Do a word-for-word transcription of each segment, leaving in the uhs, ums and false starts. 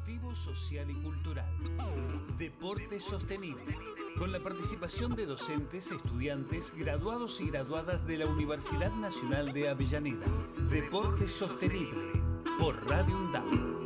deportivo, social y cultural. Deporte sostenible, con la participación de docentes, estudiantes, graduados y graduadas de la Universidad Nacional de Avellaneda. Deporte sostenible, por Radio UNDAB.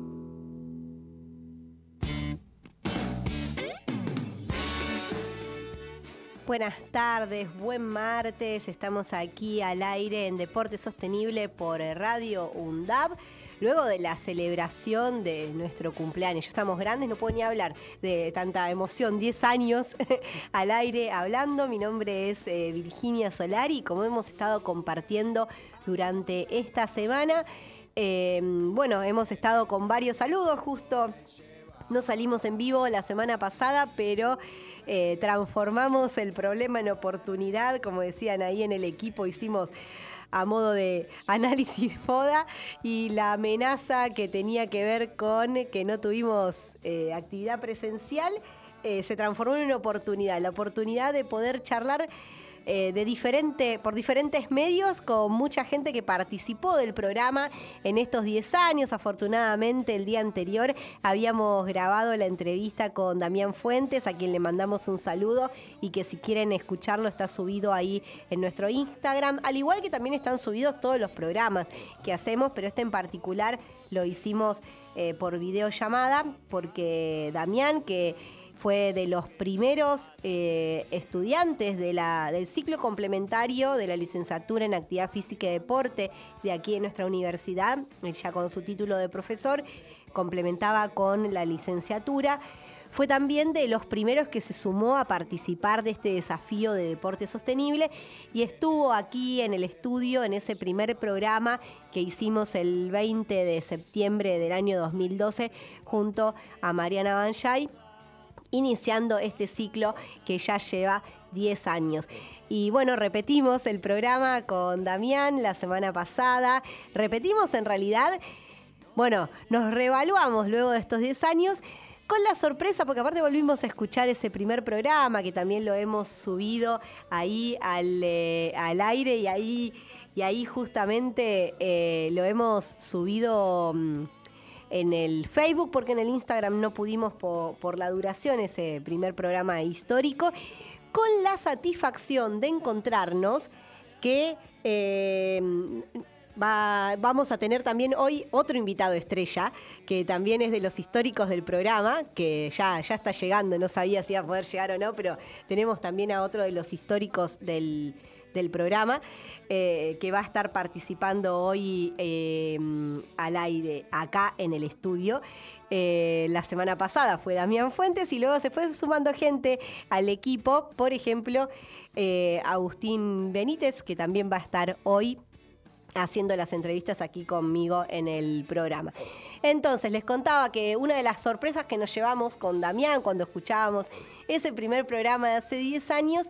Buenas tardes, buen martes, estamos aquí al aire en Deporte Sostenible por Radio UNDAB. Luego de la celebración de nuestro cumpleaños, ya estamos grandes, no puedo ni hablar de tanta emoción, diez años al aire hablando. Mi nombre es eh, Virginia Solari y como hemos estado compartiendo durante esta semana, eh, bueno, hemos estado con varios saludos, justo no salimos en vivo la semana pasada, pero eh, transformamos el problema en oportunidad, como decían ahí en el equipo, hicimos a modo de análisis FODA, y la amenaza que tenía que ver con que no tuvimos eh, actividad presencial eh, se transformó en una oportunidad, la oportunidad de poder charlar eh, de diferente, por diferentes medios con mucha gente que participó del programa en estos diez años. Afortunadamente el día anterior habíamos grabado la entrevista con Damián Fuentes, a quien le mandamos un saludo y que si quieren escucharlo está subido ahí en nuestro Instagram, al igual que también están subidos todos los programas que hacemos, pero este en particular lo hicimos eh, por videollamada porque Damián, que fue de los primeros eh, estudiantes de la, del ciclo complementario de la licenciatura en Actividad Física y Deporte de aquí en nuestra universidad, ya con su título de profesor, complementaba con la licenciatura. Fue también de los primeros que se sumó a participar de este desafío de deporte sostenible y estuvo aquí en el estudio en ese primer programa que hicimos el veinte de septiembre del año dos mil doce junto a Mariana Banjay, iniciando este ciclo que ya lleva diez años. Y bueno, repetimos el programa con Damián la semana pasada, repetimos en realidad, bueno, nos reevaluamos luego de estos diez años, con la sorpresa, porque aparte volvimos a escuchar ese primer programa, que también lo hemos subido ahí al, eh, al aire, y ahí, y ahí justamente eh, lo hemos subido mmm, en el Facebook, porque en el Instagram no pudimos por, por la duración, ese primer programa histórico, con la satisfacción de encontrarnos que eh, va, vamos a tener también hoy otro invitado estrella, que también es de los históricos del programa, que ya, ya está llegando, no sabía si iba a poder llegar o no, pero tenemos también a otro de los históricos del del programa, eh, que va a estar participando hoy eh, al aire acá en el estudio. Eh, la semana pasada fue Damián Fuentes y luego se fue sumando gente al equipo, por ejemplo, eh, Agustín Benítez, que también va a estar hoy haciendo las entrevistas aquí conmigo en el programa. Entonces, les contaba que una de las sorpresas que nos llevamos con Damián cuando escuchábamos ese primer programa de hace diez años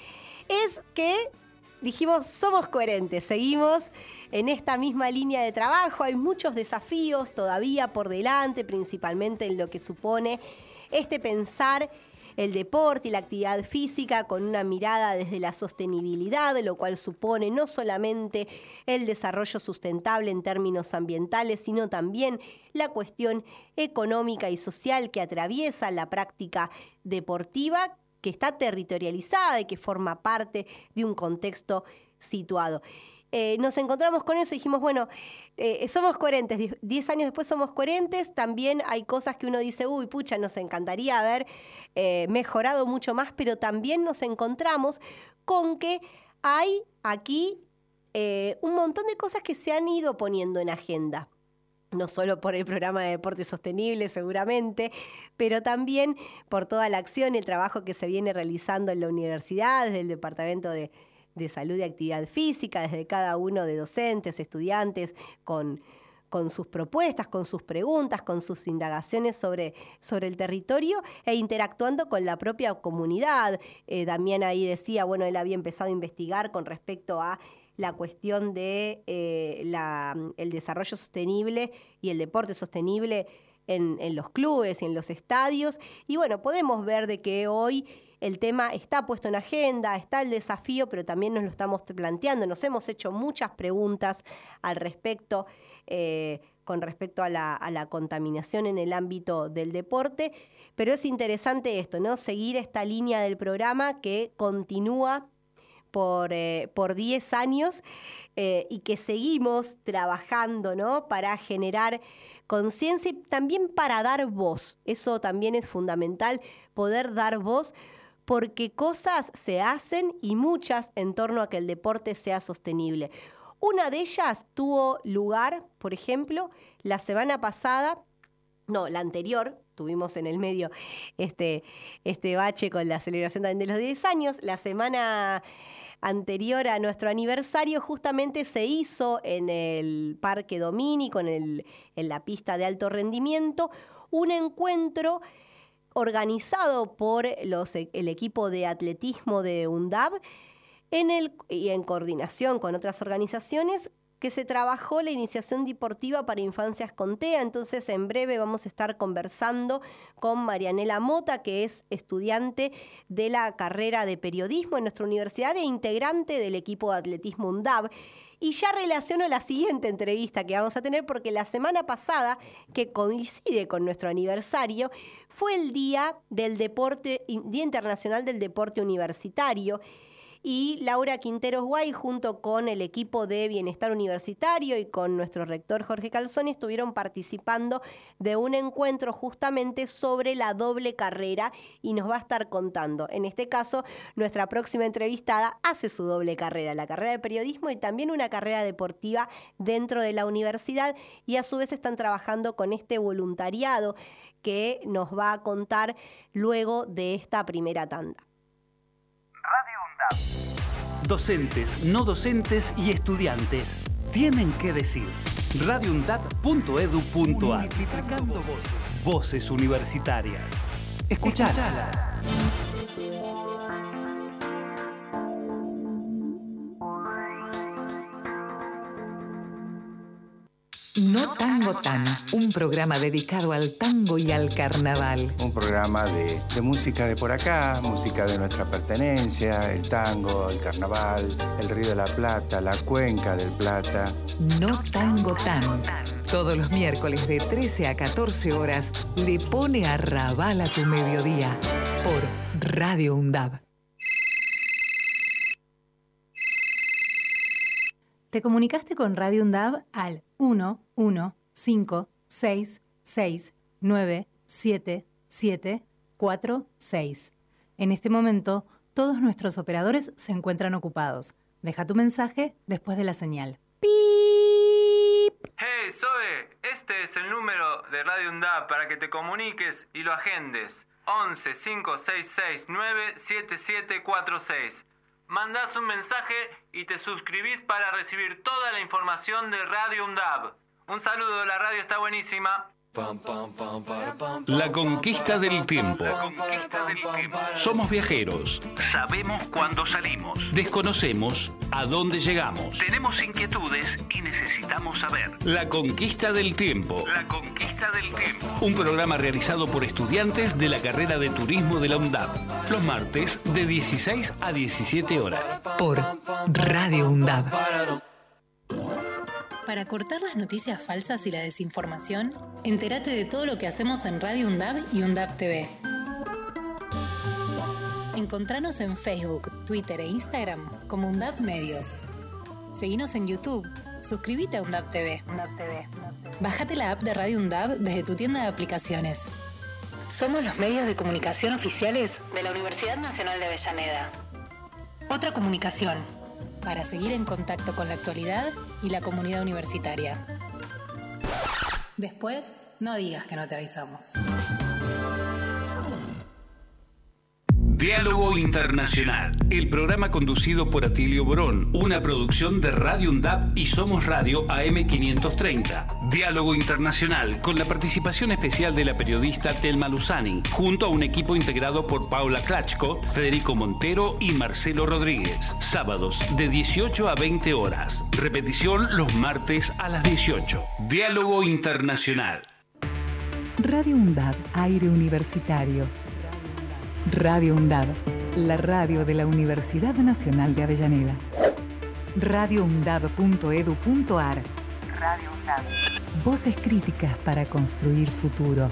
es que dijimos, somos coherentes, seguimos en esta misma línea de trabajo, hay muchos desafíos todavía por delante, principalmente en lo que supone este pensar el deporte y la actividad física con una mirada desde la sostenibilidad, lo cual supone no solamente el desarrollo sustentable en términos ambientales, sino también la cuestión económica y social que atraviesa la práctica deportiva, que está territorializada y que forma parte de un contexto situado. Eh, nos encontramos con eso y dijimos, bueno, eh, somos coherentes, diez años después somos coherentes, también hay cosas que uno dice, uy, pucha, nos encantaría haber eh, mejorado mucho más, pero también nos encontramos con que hay aquí eh, un montón de cosas que se han ido poniendo en agenda. No solo por el programa de Deporte Sostenible seguramente, pero también por toda la acción y el trabajo que se viene realizando en la universidad, desde el Departamento de, de Salud y Actividad Física, desde cada uno de docentes, estudiantes, con, con sus propuestas, con sus preguntas, con sus indagaciones sobre, sobre el territorio e interactuando con la propia comunidad. Eh, Damián ahí decía, bueno, él había empezado a investigar con respecto a la cuestión de eh, la, el desarrollo sostenible y el deporte sostenible en, en los clubes y en los estadios. Y bueno, podemos ver de que hoy el tema está puesto en agenda, está el desafío, pero también nos lo estamos planteando. Nos hemos hecho muchas preguntas al respecto eh, con respecto a la, a la contaminación en el ámbito del deporte. Pero es interesante esto, ¿no? Seguir esta línea del programa que continúa por, eh, por diez años eh, y que seguimos trabajando, ¿no? Para generar conciencia y también para dar voz. Eso también es fundamental, poder dar voz, porque cosas se hacen y muchas en torno a que el deporte sea sostenible. Una de ellas tuvo lugar, por ejemplo, la semana pasada, no, la anterior, tuvimos en el medio este, este bache con la celebración también de los diez años, la semana anterior a nuestro aniversario justamente se hizo en el Parque Domínico, en, el, en la pista de alto rendimiento, un encuentro organizado por los, el equipo de atletismo de UNDAB en el, y en coordinación con otras organizaciones, que se trabajó la iniciación deportiva para infancias con T E A. Entonces, en breve vamos a estar conversando con Marianela Mota, que es estudiante de la carrera de periodismo en nuestra universidad e integrante del equipo de atletismo UNDAB. Y ya relaciono la siguiente entrevista que vamos a tener, porque la semana pasada, que coincide con nuestro aniversario, fue el Día del Deporte, Día Internacional del Deporte Universitario. Y Laura Quinteros Guay, junto con el equipo de Bienestar Universitario y con nuestro rector Jorge Calzoni, estuvieron participando de un encuentro justamente sobre la doble carrera y nos va a estar contando. En este caso, nuestra próxima entrevistada hace su doble carrera, la carrera de periodismo y también una carrera deportiva dentro de la universidad, y a su vez están trabajando con este voluntariado que nos va a contar luego de esta primera tanda. Docentes, no docentes y estudiantes tienen que decir. radio undab punto edu punto ar. Multiplicando voces. Voces universitarias. Escuchalas. No Tango Tan, un programa dedicado al tango y al carnaval. Un programa de, de música de por acá, música de nuestra pertenencia, el tango, el carnaval, el Río de la Plata, la Cuenca del Plata. No Tango Tan. Todos los miércoles de trece a catorce horas le pone arrabal a tu mediodía por Radio UNDAB. Te comunicaste con Radio UNDAB al uno uno cinco seis seis nueve siete siete cuatro seis. En este momento, todos nuestros operadores se encuentran ocupados. Deja tu mensaje después de la señal. ¡Pip! Hey, Zoe, este es el número de Radio UNDAB para que te comuniques y lo agendes. once cinco seis seis nueve siete siete cuatro seis. Mandás un mensaje y te suscribís para recibir toda la información de Radio UNDAB. Un saludo, la radio está buenísima. La conquista del tiempo. La conquista del tiempo. Somos viajeros. Sabemos cuándo salimos. Desconocemos a dónde llegamos. Tenemos inquietudes y necesitamos saber. La conquista del tiempo. La conquista del tiempo. Un programa realizado por estudiantes de la carrera de turismo de la UNDAB. Los martes de dieciséis a diecisiete horas. Por Radio UNDAB. Para cortar las noticias falsas y la desinformación, entérate de todo lo que hacemos en Radio UNDAB y UNDAB T V. Encontranos en Facebook, Twitter e Instagram como UNDAB Medios. Seguinos en YouTube. Suscríbete a UNDAB T V. Bájate la app de Radio UNDAB desde tu tienda de aplicaciones. Somos los medios de comunicación oficiales de la Universidad Nacional de Avellaneda. Otra comunicación, para seguir en contacto con la actualidad y la comunidad universitaria. Después, no digas que no te avisamos. Diálogo Internacional, el programa conducido por Atilio Borón, una producción de Radio UNDAB y Somos Radio A M quinientos treinta. Diálogo Internacional, con la participación especial de la periodista Telma Luzani, junto a un equipo integrado por Paula Klachko, Federico Montero y Marcelo Rodríguez. Sábados de dieciocho a veinte horas. Repetición los martes a las dieciocho. Diálogo Internacional. Radio UNDAB, aire universitario. Radio UNDAB, la radio de la Universidad Nacional de Avellaneda. radio undab punto edu punto ar. Radio UNDAB. Voces críticas para construir futuro.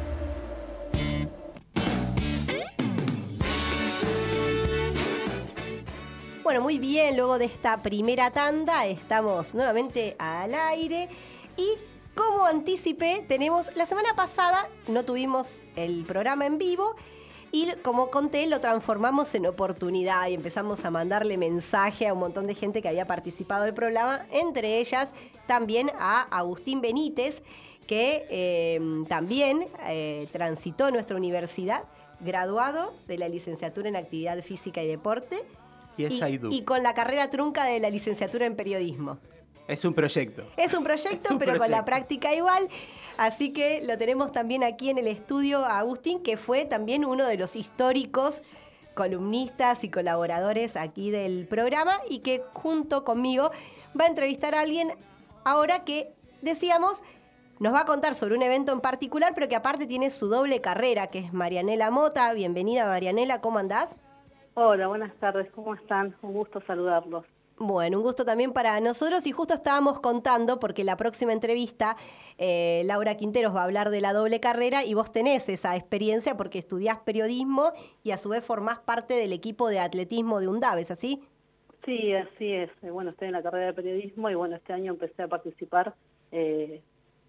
Bueno, muy bien, luego de esta primera tanda estamos nuevamente al aire y como anticipé, tenemos, la semana pasada no tuvimos el programa en vivo y como conté lo transformamos en oportunidad y empezamos a mandarle mensaje a un montón de gente que había participado del programa, entre ellas también a Agustín Benítez, que eh, también eh, transitó nuestra universidad, graduado de la licenciatura en Actividad Física y Deporte, Y es y, y con la carrera trunca de la licenciatura en Periodismo. Es un proyecto. Es un proyecto, es un pero proyecto. con la práctica igual. Así que lo tenemos también aquí en el estudio a Agustín, que fue también uno de los históricos columnistas y colaboradores aquí del programa y que junto conmigo va a entrevistar a alguien ahora que, decíamos, nos va a contar sobre un evento en particular, pero que aparte tiene su doble carrera, que es Marianela Mota. Bienvenida, Marianela, ¿cómo andás? Hola, buenas tardes, ¿cómo están? Un gusto saludarlos. Bueno, un gusto también para nosotros y justo estábamos contando, porque la próxima entrevista, eh, Laura Quinteros va a hablar de la doble carrera y vos tenés esa experiencia porque estudiás periodismo y a su vez formás parte del equipo de atletismo de UNDAB, ¿es así? Sí, así es. Bueno, estoy en la carrera de periodismo y bueno, este año empecé a participar eh,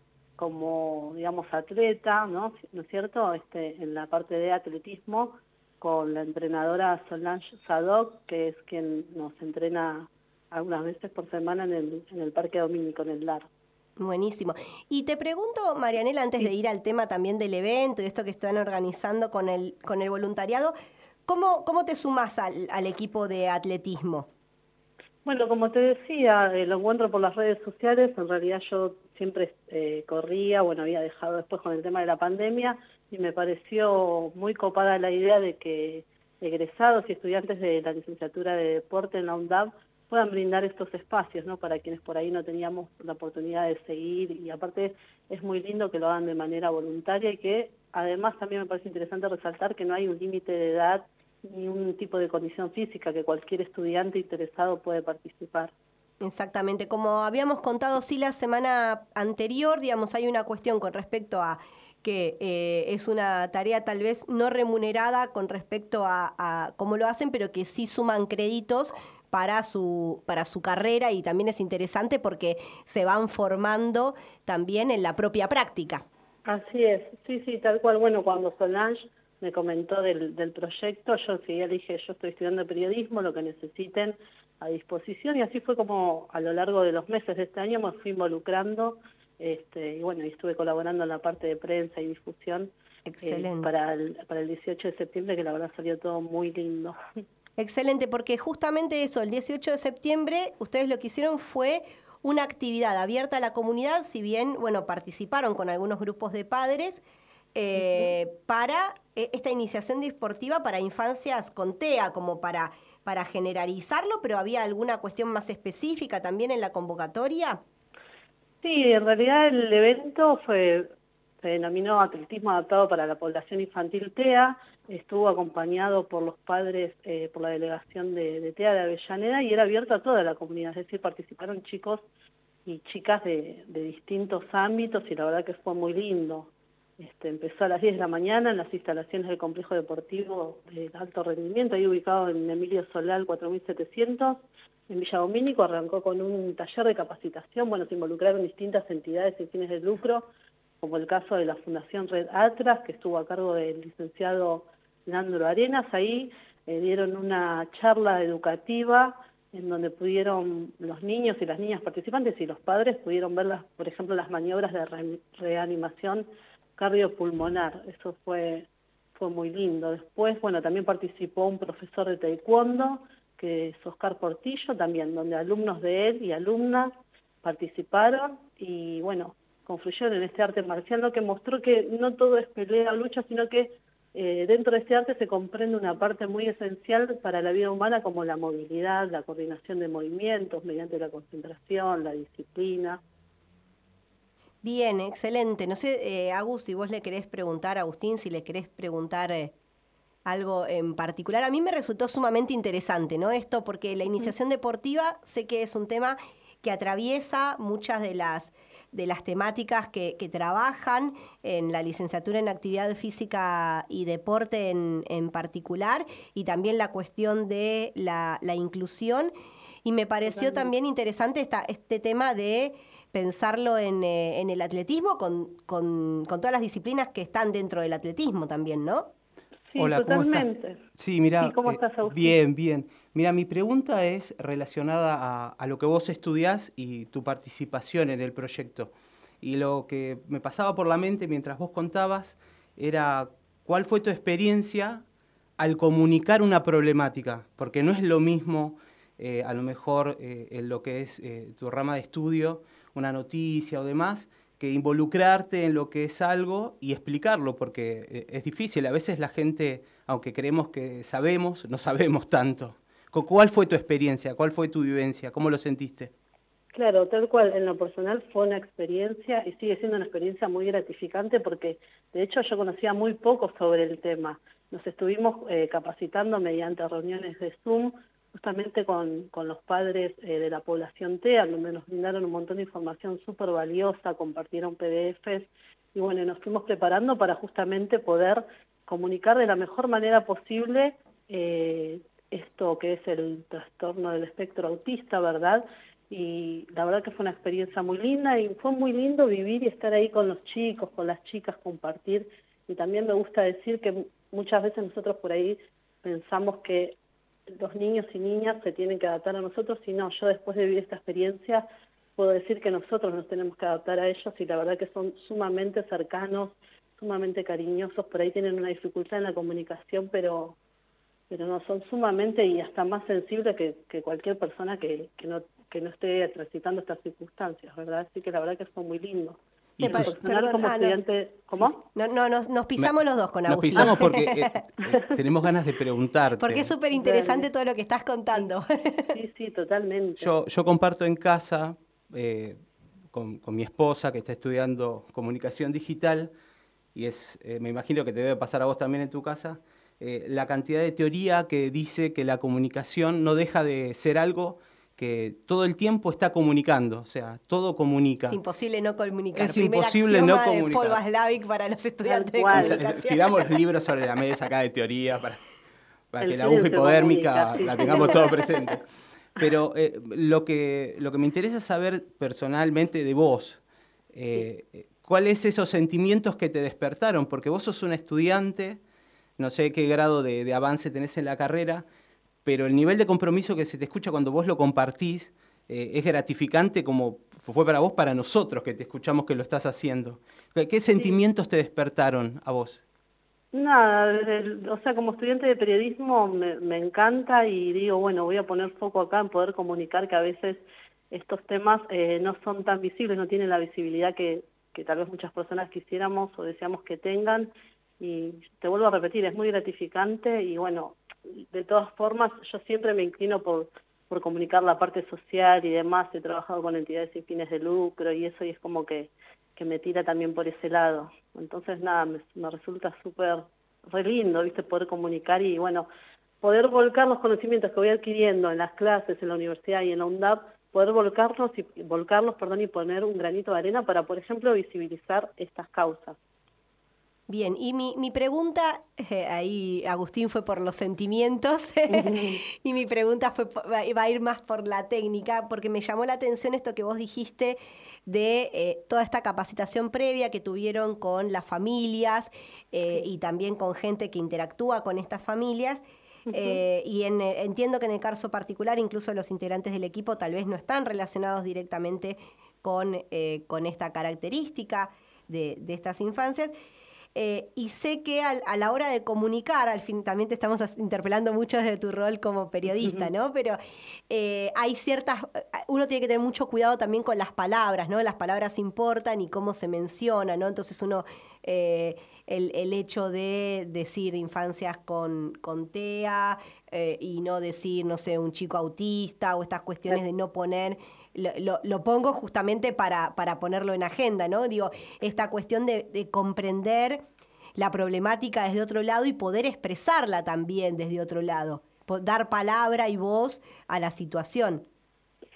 como, digamos, atleta, ¿no? ¿No es cierto? Este, en la parte de atletismo, con la entrenadora Solange Sadoc, que es quien nos entrena algunas veces por semana en el, en el Parque Domínico, en el L A R. Buenísimo. Y te pregunto, Marianela, antes sí. de ir al tema también del evento y esto que están organizando con el, con el voluntariado, ¿cómo, cómo te sumás al, al equipo de atletismo? Bueno, como te decía, eh, lo encuentro por las redes sociales. En realidad yo siempre eh, corría, bueno, había dejado después con el tema de la pandemia, y me pareció muy copada la idea de que egresados y estudiantes de la licenciatura de deporte en la UNDAB puedan brindar estos espacios, ¿no? Para quienes por ahí no teníamos la oportunidad de seguir, y aparte es muy lindo que lo hagan de manera voluntaria y que además también me parece interesante resaltar que no hay un límite de edad ni un tipo de condición física, que cualquier estudiante interesado puede participar. Exactamente, como habíamos contado sí la semana anterior, digamos, hay una cuestión con respecto a que eh, es una tarea tal vez no remunerada con respecto a, a cómo lo hacen, pero que sí suman créditos para su, para su carrera, y también es interesante porque se van formando también en la propia práctica. Así es, sí, sí, tal cual. Bueno, cuando Solange me comentó del, del proyecto, yo enseguida le dije, yo estoy estudiando periodismo, lo que necesiten a disposición, y así fue como a lo largo de los meses de este año me fui involucrando. Este, y bueno, y estuve colaborando en la parte de prensa y difusión. Excelente. Eh, para, el, para el dieciocho de septiembre, que la verdad salió todo muy lindo. Excelente, porque justamente eso, el dieciocho de septiembre, ustedes lo que hicieron fue una actividad abierta a la comunidad, si bien, bueno, participaron con algunos grupos de padres, eh, uh-huh. para eh, esta iniciación deportiva para infancias con T E A, como para, para generalizarlo, pero ¿había alguna cuestión más específica también en la convocatoria? Sí, en realidad el evento fue, se denominó Atletismo Adaptado para la Población Infantil T E A, estuvo acompañado por los padres, eh, por la delegación de, de T E A de Avellaneda, y era abierto a toda la comunidad, es decir, participaron chicos y chicas de, de distintos ámbitos, y la verdad que fue muy lindo. Este, empezó a las diez de la mañana en las instalaciones del complejo deportivo de alto rendimiento, ahí ubicado en Emilio Solal cuatro mil setecientos, en Villa Domínico. Arrancó con un taller de capacitación. Bueno, se involucraron distintas entidades sin fines de lucro, como el caso de la Fundación Red Atlas, que estuvo a cargo del licenciado Leandro Arenas. Ahí eh, dieron una charla educativa en donde pudieron los niños y las niñas participantes y los padres pudieron ver, las, por ejemplo, las maniobras de re reanimación cardiopulmonar. Eso fue, fue muy lindo. Después, bueno, también participó un profesor de taekwondo, que es Oscar Portillo, también, donde alumnos de él y alumnas participaron y, bueno, confluyeron en este arte marcial, lo que mostró que no todo es pelea o lucha, sino que eh, dentro de este arte se comprende una parte muy esencial para la vida humana, como la movilidad, la coordinación de movimientos mediante la concentración, la disciplina. Bien, excelente. No sé, eh, Agus, si vos le querés preguntar, Agustín, si le querés preguntar eh, algo en particular. A mí me resultó sumamente interesante, ¿no? Esto, porque la iniciación deportiva sé que es un tema que atraviesa muchas de las, de las temáticas que, que trabajan en la licenciatura en actividad física y deporte en, en particular, y también la cuestión de la, la inclusión. Y me pareció Totalmente. también interesante esta, este tema de pensarlo en, eh, en el atletismo con, con, con todas las disciplinas que están dentro del atletismo también, ¿no? Sí, Hola, totalmente. ¿cómo estás? Sí, mira, sí, ¿cómo eh, estás, Agustín? Bien, bien. Mira, mi pregunta es relacionada a, a lo que vos estudiás y tu participación en el proyecto. Y lo que me pasaba por la mente mientras vos contabas era cuál fue tu experiencia al comunicar una problemática, porque no es lo mismo, eh, a lo mejor, eh, en lo que es eh, tu rama de estudio, una noticia o demás, que involucrarte en lo que es algo y explicarlo, porque es difícil. A veces la gente, aunque creemos que sabemos, no sabemos tanto. ¿Cuál fue tu experiencia? ¿Cuál fue tu vivencia? ¿Cómo lo sentiste? Claro, tal cual. En lo personal fue una experiencia y sigue siendo una experiencia muy gratificante porque, de hecho, yo conocía muy poco sobre el tema. Nos estuvimos eh, capacitando mediante reuniones de Zoom, justamente con, con los padres eh, de la población T E A, donde nos brindaron un montón de información súper valiosa, compartieron P D Efes, y bueno, nos fuimos preparando para justamente poder comunicar de la mejor manera posible eh, esto que es el trastorno del espectro autista, ¿verdad? Y la verdad que fue una experiencia muy linda y fue muy lindo vivir y estar ahí con los chicos, con las chicas, compartir. Y también me gusta decir que muchas veces nosotros por ahí pensamos que los niños y niñas se tienen que adaptar a nosotros, y no, yo después de vivir esta experiencia puedo decir que nosotros nos tenemos que adaptar a ellos, y la verdad que son sumamente cercanos, sumamente cariñosos. Por ahí tienen una dificultad en la comunicación, pero pero no, son sumamente y hasta más sensibles que, que cualquier persona que, que no que no esté transitando estas circunstancias, ¿verdad? Así que la verdad que fue muy lindo. Y Pero tus, personal perdón, como ah, estudiante, no, ¿cómo? Sí, no, no, nos, nos pisamos Me, los dos con Nos Agustín. pisamos porque eh, eh, tenemos ganas de preguntarte. Porque es súper interesante todo lo que estás contando. Sí, sí, totalmente. Yo, yo comparto en casa eh, con, con mi esposa, que está estudiando comunicación digital, y es, eh, me imagino que te debe pasar a vos también en tu casa, eh, la cantidad de teoría que dice que la comunicación no deja de ser algo que todo el tiempo está comunicando, o sea, todo comunica. Es imposible no comunicar. Es Primer imposible axioma no comunicar. de Paul Watzlawick para los estudiantes de cual. comunicación. Tiramos los libros sobre la mesa acá de teoría para, para El que la silencio aguja hipodérmica comunica, sí. la tengamos todo presente. Pero eh, lo, que, lo que me interesa saber personalmente de vos, eh, ¿cuáles esos sentimientos que te despertaron? Porque vos sos una estudiante, no sé qué grado de, de avance tenés en la carrera, pero el nivel de compromiso que se te escucha cuando vos lo compartís eh, es gratificante, como fue para vos, para nosotros que te escuchamos que lo estás haciendo. ¿Qué, qué sentimientos te despertaron a vos? Nada, el, o sea, como estudiante de periodismo me, me encanta y digo, bueno, voy a poner foco acá en poder comunicar que a veces estos temas eh, no son tan visibles, no tienen la visibilidad que, que tal vez muchas personas quisiéramos o deseamos que tengan. Y te vuelvo a repetir, es muy gratificante y bueno, de todas formas yo siempre me inclino por, por comunicar la parte social y demás. He trabajado con entidades sin fines de lucro y eso, y es como que, que me tira también por ese lado. Entonces nada, me, me resulta súper re lindo, ¿viste? Poder comunicar y bueno, poder volcar los conocimientos que voy adquiriendo en las clases, en la universidad y en la UNDAP, poder volcarlos y volcarlos, perdón, y poner un granito de arena para, por ejemplo, visibilizar estas causas. Bien, y mi, mi pregunta, eh, ahí Agustín fue por los sentimientos, uh-huh. y mi pregunta fue va a ir más por la técnica, porque me llamó la atención esto que vos dijiste de eh, toda esta capacitación previa que tuvieron con las familias eh, y también con gente que interactúa con estas familias. Uh-huh. eh, y en, entiendo que en el caso particular incluso los integrantes del equipo tal vez no están relacionados directamente con, eh, con esta característica de, de estas infancias. Eh, y sé que a, a la hora de comunicar, al fin también te estamos interpelando mucho desde tu rol como periodista, ¿no? Pero eh, hay ciertas, uno tiene que tener mucho cuidado también con las palabras, ¿no? Las palabras importan y cómo se menciona, ¿no? Entonces uno, eh, el, el hecho de decir infancias con, con T E A eh, y no decir, no sé, un chico autista o estas cuestiones de no poner... Lo, lo, lo pongo justamente para, para ponerlo en agenda, ¿no? Digo, esta cuestión de, de comprender la problemática desde otro lado y poder expresarla también desde otro lado, dar palabra y voz a la situación.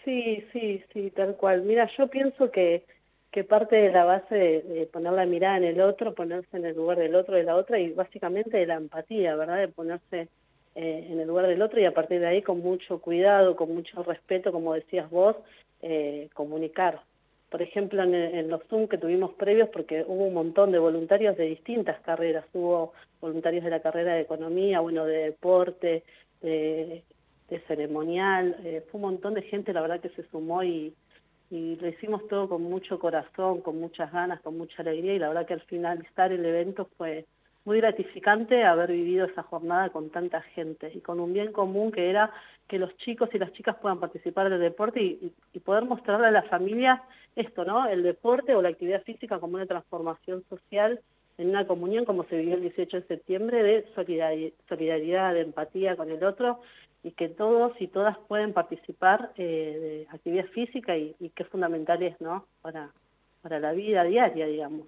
Sí, sí, sí, tal cual. Mira, yo pienso que, que parte de la base de, de poner la mirada en el otro, ponerse en el lugar del otro, de la otra, y básicamente de la empatía, ¿verdad? De ponerse eh, en el lugar del otro y a partir de ahí con mucho cuidado, con mucho respeto, como decías vos, eh, comunicar. Por ejemplo, en, en los Zoom que tuvimos previos, porque hubo un montón de voluntarios de distintas carreras, hubo voluntarios de la carrera de economía, bueno, de deporte, de... de ceremonial, eh, fue un montón de gente, la verdad, que se sumó y, y lo hicimos todo con mucho corazón, con muchas ganas, con mucha alegría, y la verdad que al finalizar el evento fue muy gratificante haber vivido esa jornada con tanta gente y con un bien común que era que los chicos y las chicas puedan participar del deporte y, y, y poder mostrarle a las familias esto, ¿no? El deporte o la actividad física como una transformación social en una comunión, como se vivió el dieciocho de septiembre, de solidaridad, de empatía con el otro, y que todos y todas pueden participar eh, de actividad física y, y qué fundamental es, ¿no? Para, para la vida diaria, digamos.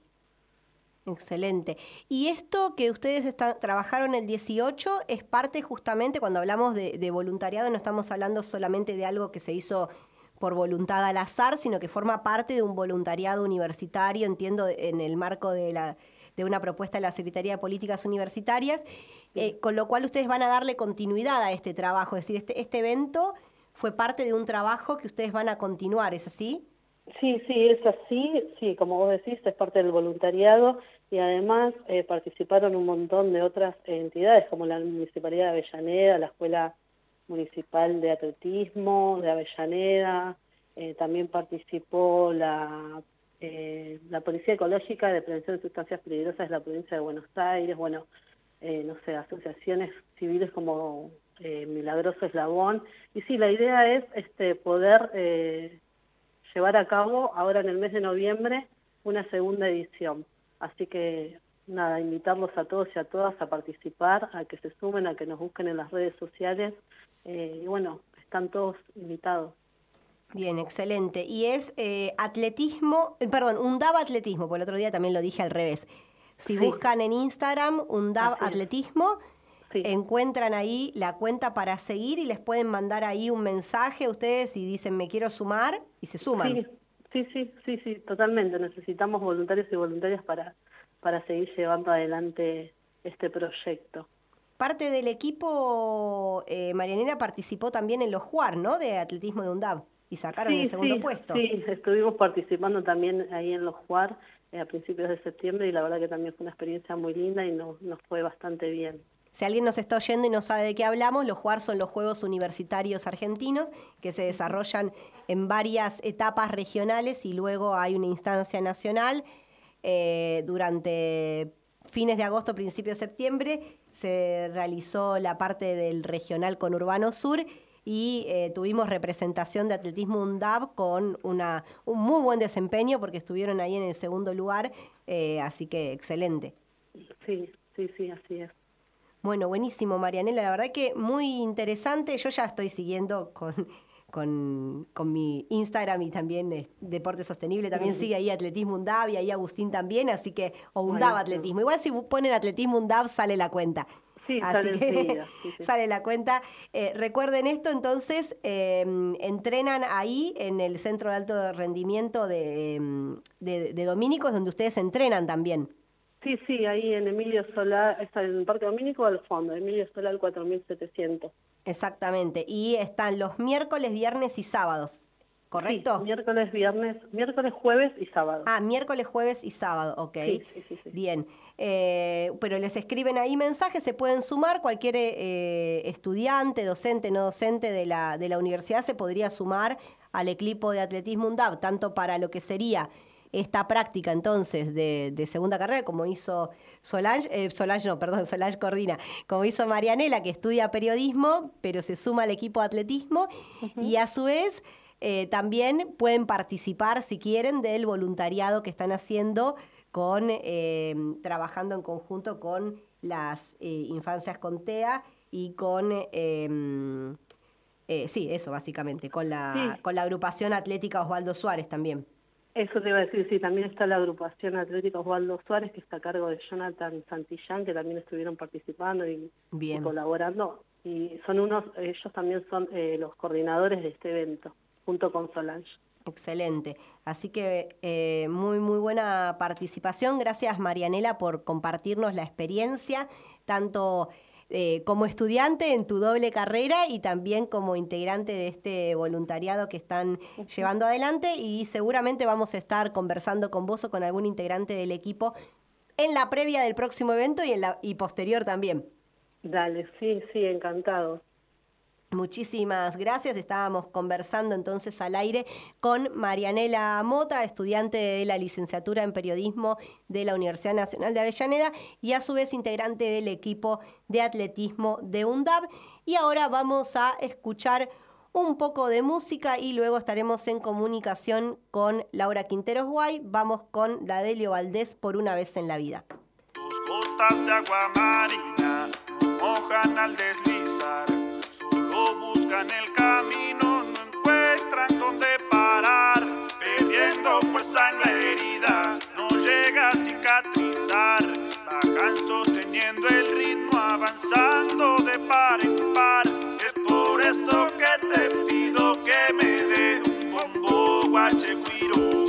Excelente. Y esto que ustedes están, trabajaron el dieciocho es parte justamente, cuando hablamos de, de voluntariado, no estamos hablando solamente de algo que se hizo por voluntad al azar, sino que forma parte de un voluntariado universitario, entiendo, en el marco de la de una propuesta de la Secretaría de Políticas Universitarias, eh, con lo cual ustedes van a darle continuidad a este trabajo, es decir, este, este evento fue parte de un trabajo que ustedes van a continuar, ¿es así? Sí, sí, es así, sí, como vos decís, es parte del voluntariado y además eh, participaron un montón de otras entidades como la Municipalidad de Avellaneda, la Escuela Municipal de Atletismo de Avellaneda, eh, también participó la Eh, la Policía Ecológica de Prevención de Sustancias Peligrosas de la provincia de Buenos Aires, bueno, eh, no sé, asociaciones civiles como eh, Milagroso Eslabón, y sí, la idea es este poder eh, llevar a cabo ahora en el mes de noviembre una segunda edición, así que nada, invitarlos a todos y a todas a participar, a que se sumen, a que nos busquen en las redes sociales, eh, y bueno, están todos invitados. Bien, excelente. Y es eh, atletismo, eh, perdón, UNDAB Atletismo, porque el otro día también lo dije al revés. Si sí. buscan en Instagram UNDAB Atletismo, sí. encuentran ahí la cuenta para seguir y les pueden mandar ahí un mensaje a ustedes y dicen me quiero sumar y se suman. Sí, sí, sí, sí, sí, totalmente. Necesitamos voluntarios y voluntarias para, para seguir llevando adelante este proyecto. Parte del equipo, eh, Marianela, participó también en los Juar, ¿no?, de atletismo de UNDAB. Y sacaron sí, el segundo sí, puesto. Sí, estuvimos participando también ahí en los Juar eh, a principios de septiembre y la verdad que también fue una experiencia muy linda y nos, nos fue bastante bien. Si alguien nos está oyendo y no sabe de qué hablamos, los Juar son los Juegos Universitarios Argentinos que se desarrollan en varias etapas regionales y luego hay una instancia nacional. Eh, durante fines de agosto, principios de septiembre, se realizó la parte del regional conurbano sur y eh, tuvimos representación de atletismo UNDAB con una, un muy buen desempeño porque estuvieron ahí en el segundo lugar, eh, así que excelente. Sí, sí, sí, así es. Bueno, buenísimo, Marianela, la verdad que muy interesante. Yo ya estoy siguiendo con, con, con mi Instagram y también eh, Deporte Sostenible, también uh-huh. sigue ahí Atletismo UNDAB y ahí Agustín también, así que, o UNDAB bueno, Atletismo. Igual si ponen Atletismo UNDAB sale la cuenta. Sí, así sale que enseguida. Sí, sí. Sale la cuenta. Eh, recuerden esto, entonces, eh, entrenan ahí en el Centro de Alto Rendimiento de, de, de Domínicos, donde ustedes entrenan también. Sí, sí, ahí en Emilio Solá, está en el Parque Domínico al fondo, Emilio Solá al cuatro mil setecientos. Exactamente, y están los miércoles, viernes y sábados, ¿correcto? Sí, miércoles, viernes, miércoles, jueves y sábado. Ah, miércoles, jueves y sábado, ok. Sí, sí, sí, sí. Bien, eh, pero les escriben ahí mensajes, se pueden sumar, cualquier eh, estudiante, docente, no docente de la, de la universidad se podría sumar al equipo de atletismo UNDAB, tanto para lo que sería esta práctica entonces de, de segunda carrera, como hizo Solange, eh, Solange no, perdón, Solange coordina, como hizo Marianela, que estudia periodismo, pero se suma al equipo de atletismo, uh-huh. y a su vez eh, también pueden participar, si quieren, del voluntariado que están haciendo, con eh, trabajando en conjunto con las eh, infancias con T E A y con... Eh, eh, sí, eso básicamente, con la, sí. con la agrupación atlética Osvaldo Suárez también. Eso te iba a decir, sí, también está la agrupación atlética Osvaldo Suárez, que está a cargo de Jonathan Santillán, que también estuvieron participando y, y colaborando. Y son unos, ellos también son eh, los coordinadores de este evento. junto con Solange. Excelente. Así que eh, muy, muy buena participación. Gracias, Marianela, por compartirnos la experiencia, tanto eh, como estudiante en tu doble carrera y también como integrante de este voluntariado que están uh-huh. llevando adelante. Y seguramente vamos a estar conversando con vos o con algún integrante del equipo en la previa del próximo evento y, en la, y posterior también. Dale, sí, sí, encantado. Muchísimas gracias. Estábamos conversando entonces al aire con Marianela Mota, estudiante de la licenciatura en periodismo de la Universidad Nacional de Avellaneda y a su vez integrante del equipo de atletismo de UNDAB. Y ahora vamos a escuchar un poco de música y luego estaremos en comunicación con Laura Quinteros Guay. Vamos con la Delio Valdés, Por una vez en la vida. Tus gotas de agua marina mojan al deslizar. Solo buscan el camino, no encuentran dónde parar. Perdiendo fuerza en la herida, no llega a cicatrizar. Bajan sosteniendo el ritmo, avanzando de par en par. Es por eso que te pido que me des un bombo guacheguiro.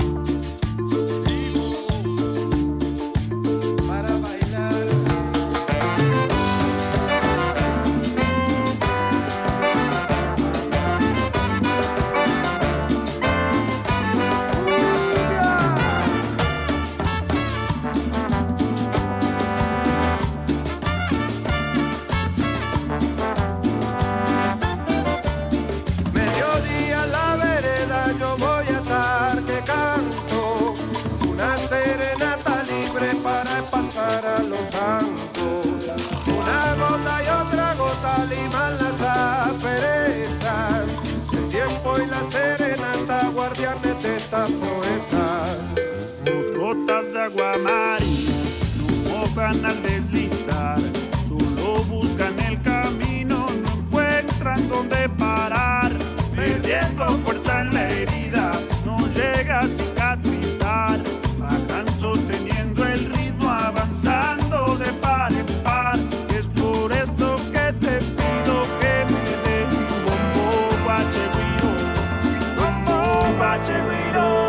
Tus gotas de agua marina no mojan al deslizar, solo buscan el camino, no encuentran dónde parar. Perdiendo fuerza en la herida, no llega a cicatrizar. Bajan sosteniendo el ritmo, avanzando de par en par. Es por eso que te pido que me des un bombo guacheguiro, bombo guacheguiro.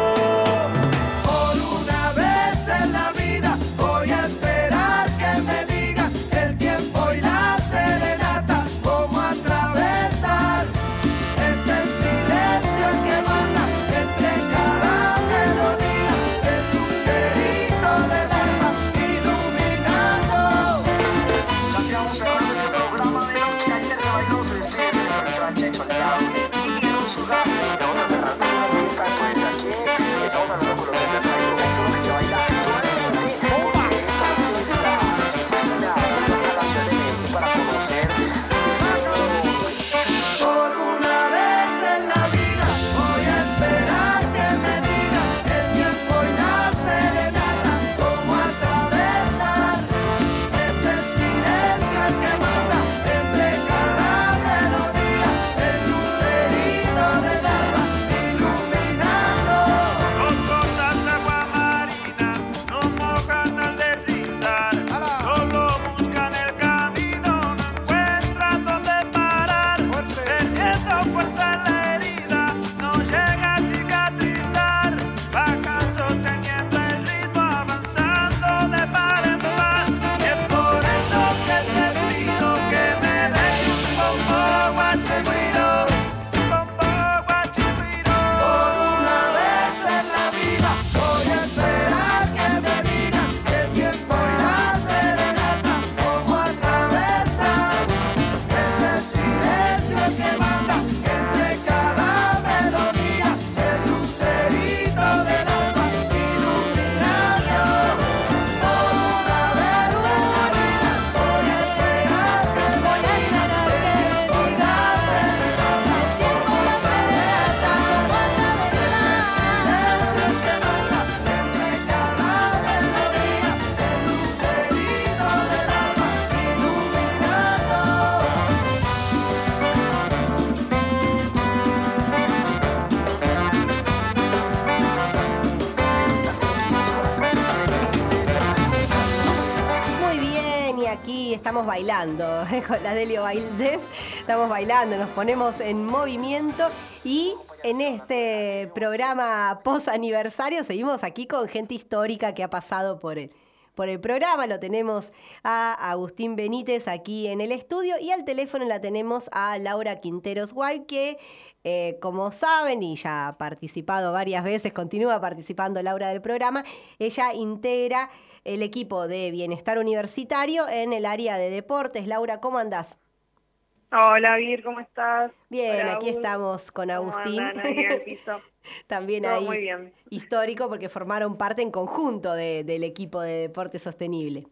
Estamos bailando con la Delio Valdés Estamos bailando, nos ponemos en movimiento y en este programa post aniversario seguimos aquí con gente histórica que ha pasado por el, por el programa. Lo tenemos a Agustín Benítez aquí en el estudio y al teléfono la tenemos a Laura Quinteros Guay, que eh, como saben y ya ha participado varias veces, continúa participando Laura del programa, ella integra el equipo de Bienestar Universitario en el área de deportes. Laura, ¿cómo andás? Hola, Vir, ¿cómo estás? Bien, Hola, aquí Ur. estamos con Agustín. ¿Cómo andan ahí en el piso? También Todo ahí muy bien. histórico porque formaron parte en conjunto de, del equipo de Deporte Sostenible.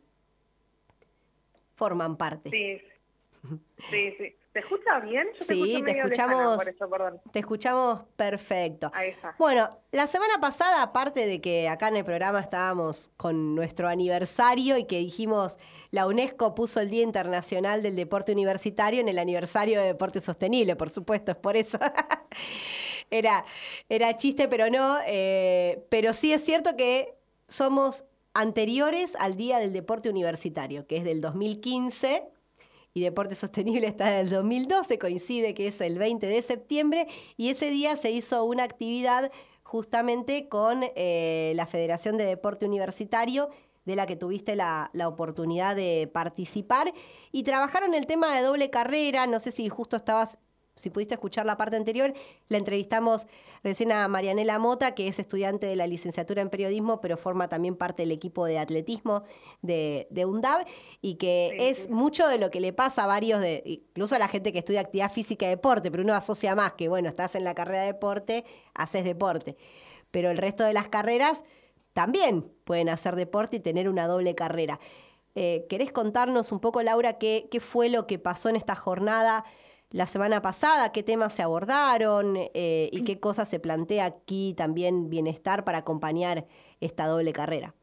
Forman parte. Sí, sí, sí. ¿Te escucha bien? Yo te Sí, escucho te medio escuchamos, lejana, por eso, perdón. te escuchamos perfecto. Ahí está. Bueno, la semana pasada, aparte de que acá en el programa estábamos con nuestro aniversario y que dijimos, la UNESCO puso el Día Internacional del Deporte Universitario en el aniversario de Deporte Sostenible, por supuesto, es por eso. era, era chiste, pero no. Eh, pero sí es cierto que somos anteriores al Día del Deporte Universitario, que es del dos mil quince, y Deporte Sostenible está del dos mil doce, coincide que es el veinte de septiembre, y ese día se hizo una actividad justamente con eh, la Federación de Deporte Universitario, de la que tuviste la, la oportunidad de participar, y trabajaron el tema de doble carrera. No sé si justo estabas, si pudiste escuchar la parte anterior, la entrevistamos recién a Marianela Mota, que es estudiante de la licenciatura en periodismo, pero forma también parte del equipo de atletismo de, de UNDAB, y que Sí, es sí. mucho de lo que le pasa a varios, de, incluso a la gente que estudia actividad física y deporte, pero uno asocia más que, bueno, estás en la carrera de deporte, haces deporte. Pero el resto de las carreras también pueden hacer deporte y tener una doble carrera. Eh, ¿Querés contarnos un poco, Laura, qué, qué fue lo que pasó en esta jornada la semana pasada, qué temas se abordaron eh, y qué cosas se plantea aquí también Bienestar para acompañar esta doble carrera?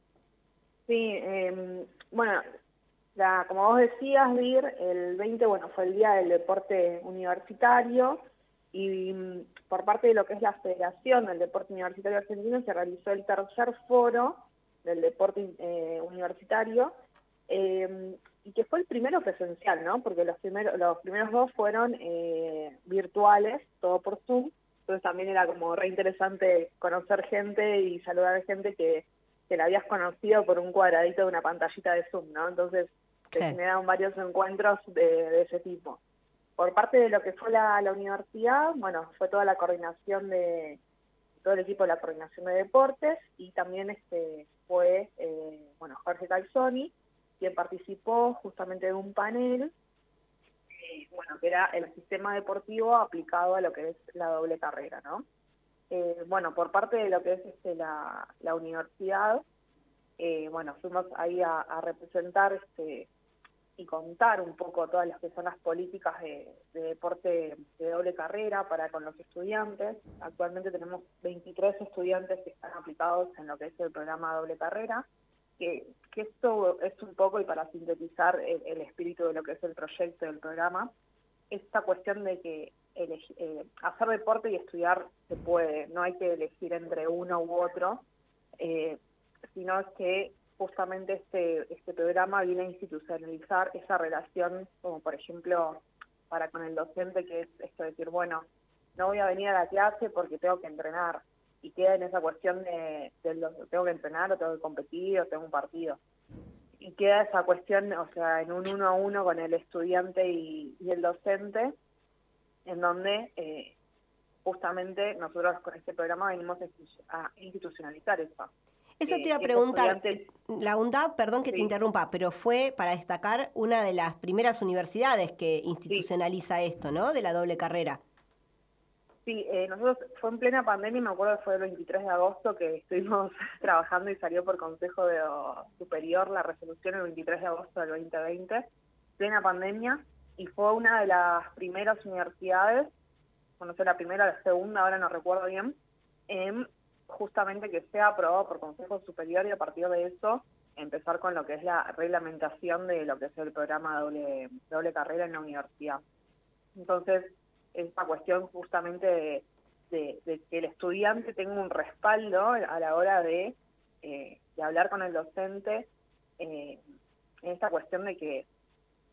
Sí, eh, bueno, la, como vos decías, Vir, el veinte, bueno, fue el Día del Deporte Universitario y mm, por parte de lo que es la Federación del Deporte Universitario Argentino se realizó el tercer foro del deporte eh, universitario, eh, y que fue el primero presencial, ¿no? Porque los primeros los primeros dos fueron eh, virtuales, todo por Zoom. Entonces también era como re interesante conocer gente y saludar gente que, que la habías conocido por un cuadradito de una pantallita de Zoom, ¿no? Entonces se Sí. generaron varios encuentros de, de ese tipo. Por parte de lo que fue la, la universidad, bueno, fue toda la coordinación de, todo el equipo de la coordinación de deportes, y también este fue, eh, bueno, Jorge Calzoni, quien participó justamente de un panel, eh, bueno, que era el sistema deportivo aplicado a lo que es la doble carrera, ¿no? Eh, bueno, por parte de lo que es este, la, la universidad, eh, bueno, fuimos ahí a, a representar este y contar un poco todas las que son las políticas de, de deporte de doble carrera para con los estudiantes. Actualmente tenemos veintitrés estudiantes que están aplicados en lo que es el programa doble carrera, que, que esto es un poco, y para sintetizar el, el espíritu de lo que es el proyecto del programa, esta cuestión de que elegir, eh, hacer deporte y estudiar se puede, no hay que elegir entre uno u otro, eh, sino es que justamente este este programa viene a institucionalizar esa relación, como por ejemplo para con el docente, que es esto de decir, bueno, no voy a venir a la clase porque tengo que entrenar, y queda en esa cuestión de, de lo, tengo que entrenar o tengo que competir o tengo un partido, y queda esa cuestión, o sea, en un uno a uno con el estudiante y, y el docente, en donde eh, justamente nosotros con este programa venimos a institucionalizar eso. Eso te iba a Eh, preguntar, estudiantes- la UNDAB, perdón que te Sí. interrumpa, pero fue, para destacar, una de las primeras universidades que institucionaliza esto, ¿no? De la doble carrera. Sí, eh, nosotros fue en plena pandemia, me acuerdo que fue el veintitrés de agosto que estuvimos trabajando y salió por Consejo de, o, Superior la resolución el veintitrés de agosto del veinte veinte, plena pandemia, y fue una de las primeras universidades, bueno, no sé, la primera o la segunda, ahora no recuerdo bien, en justamente que sea aprobado por Consejo Superior, y a partir de eso empezar con lo que es la reglamentación de lo que es el programa doble, doble carrera en la universidad. Entonces, esta cuestión justamente de, de, de que el estudiante tenga un respaldo a la hora de, eh, de hablar con el docente, eh, en esta cuestión de que,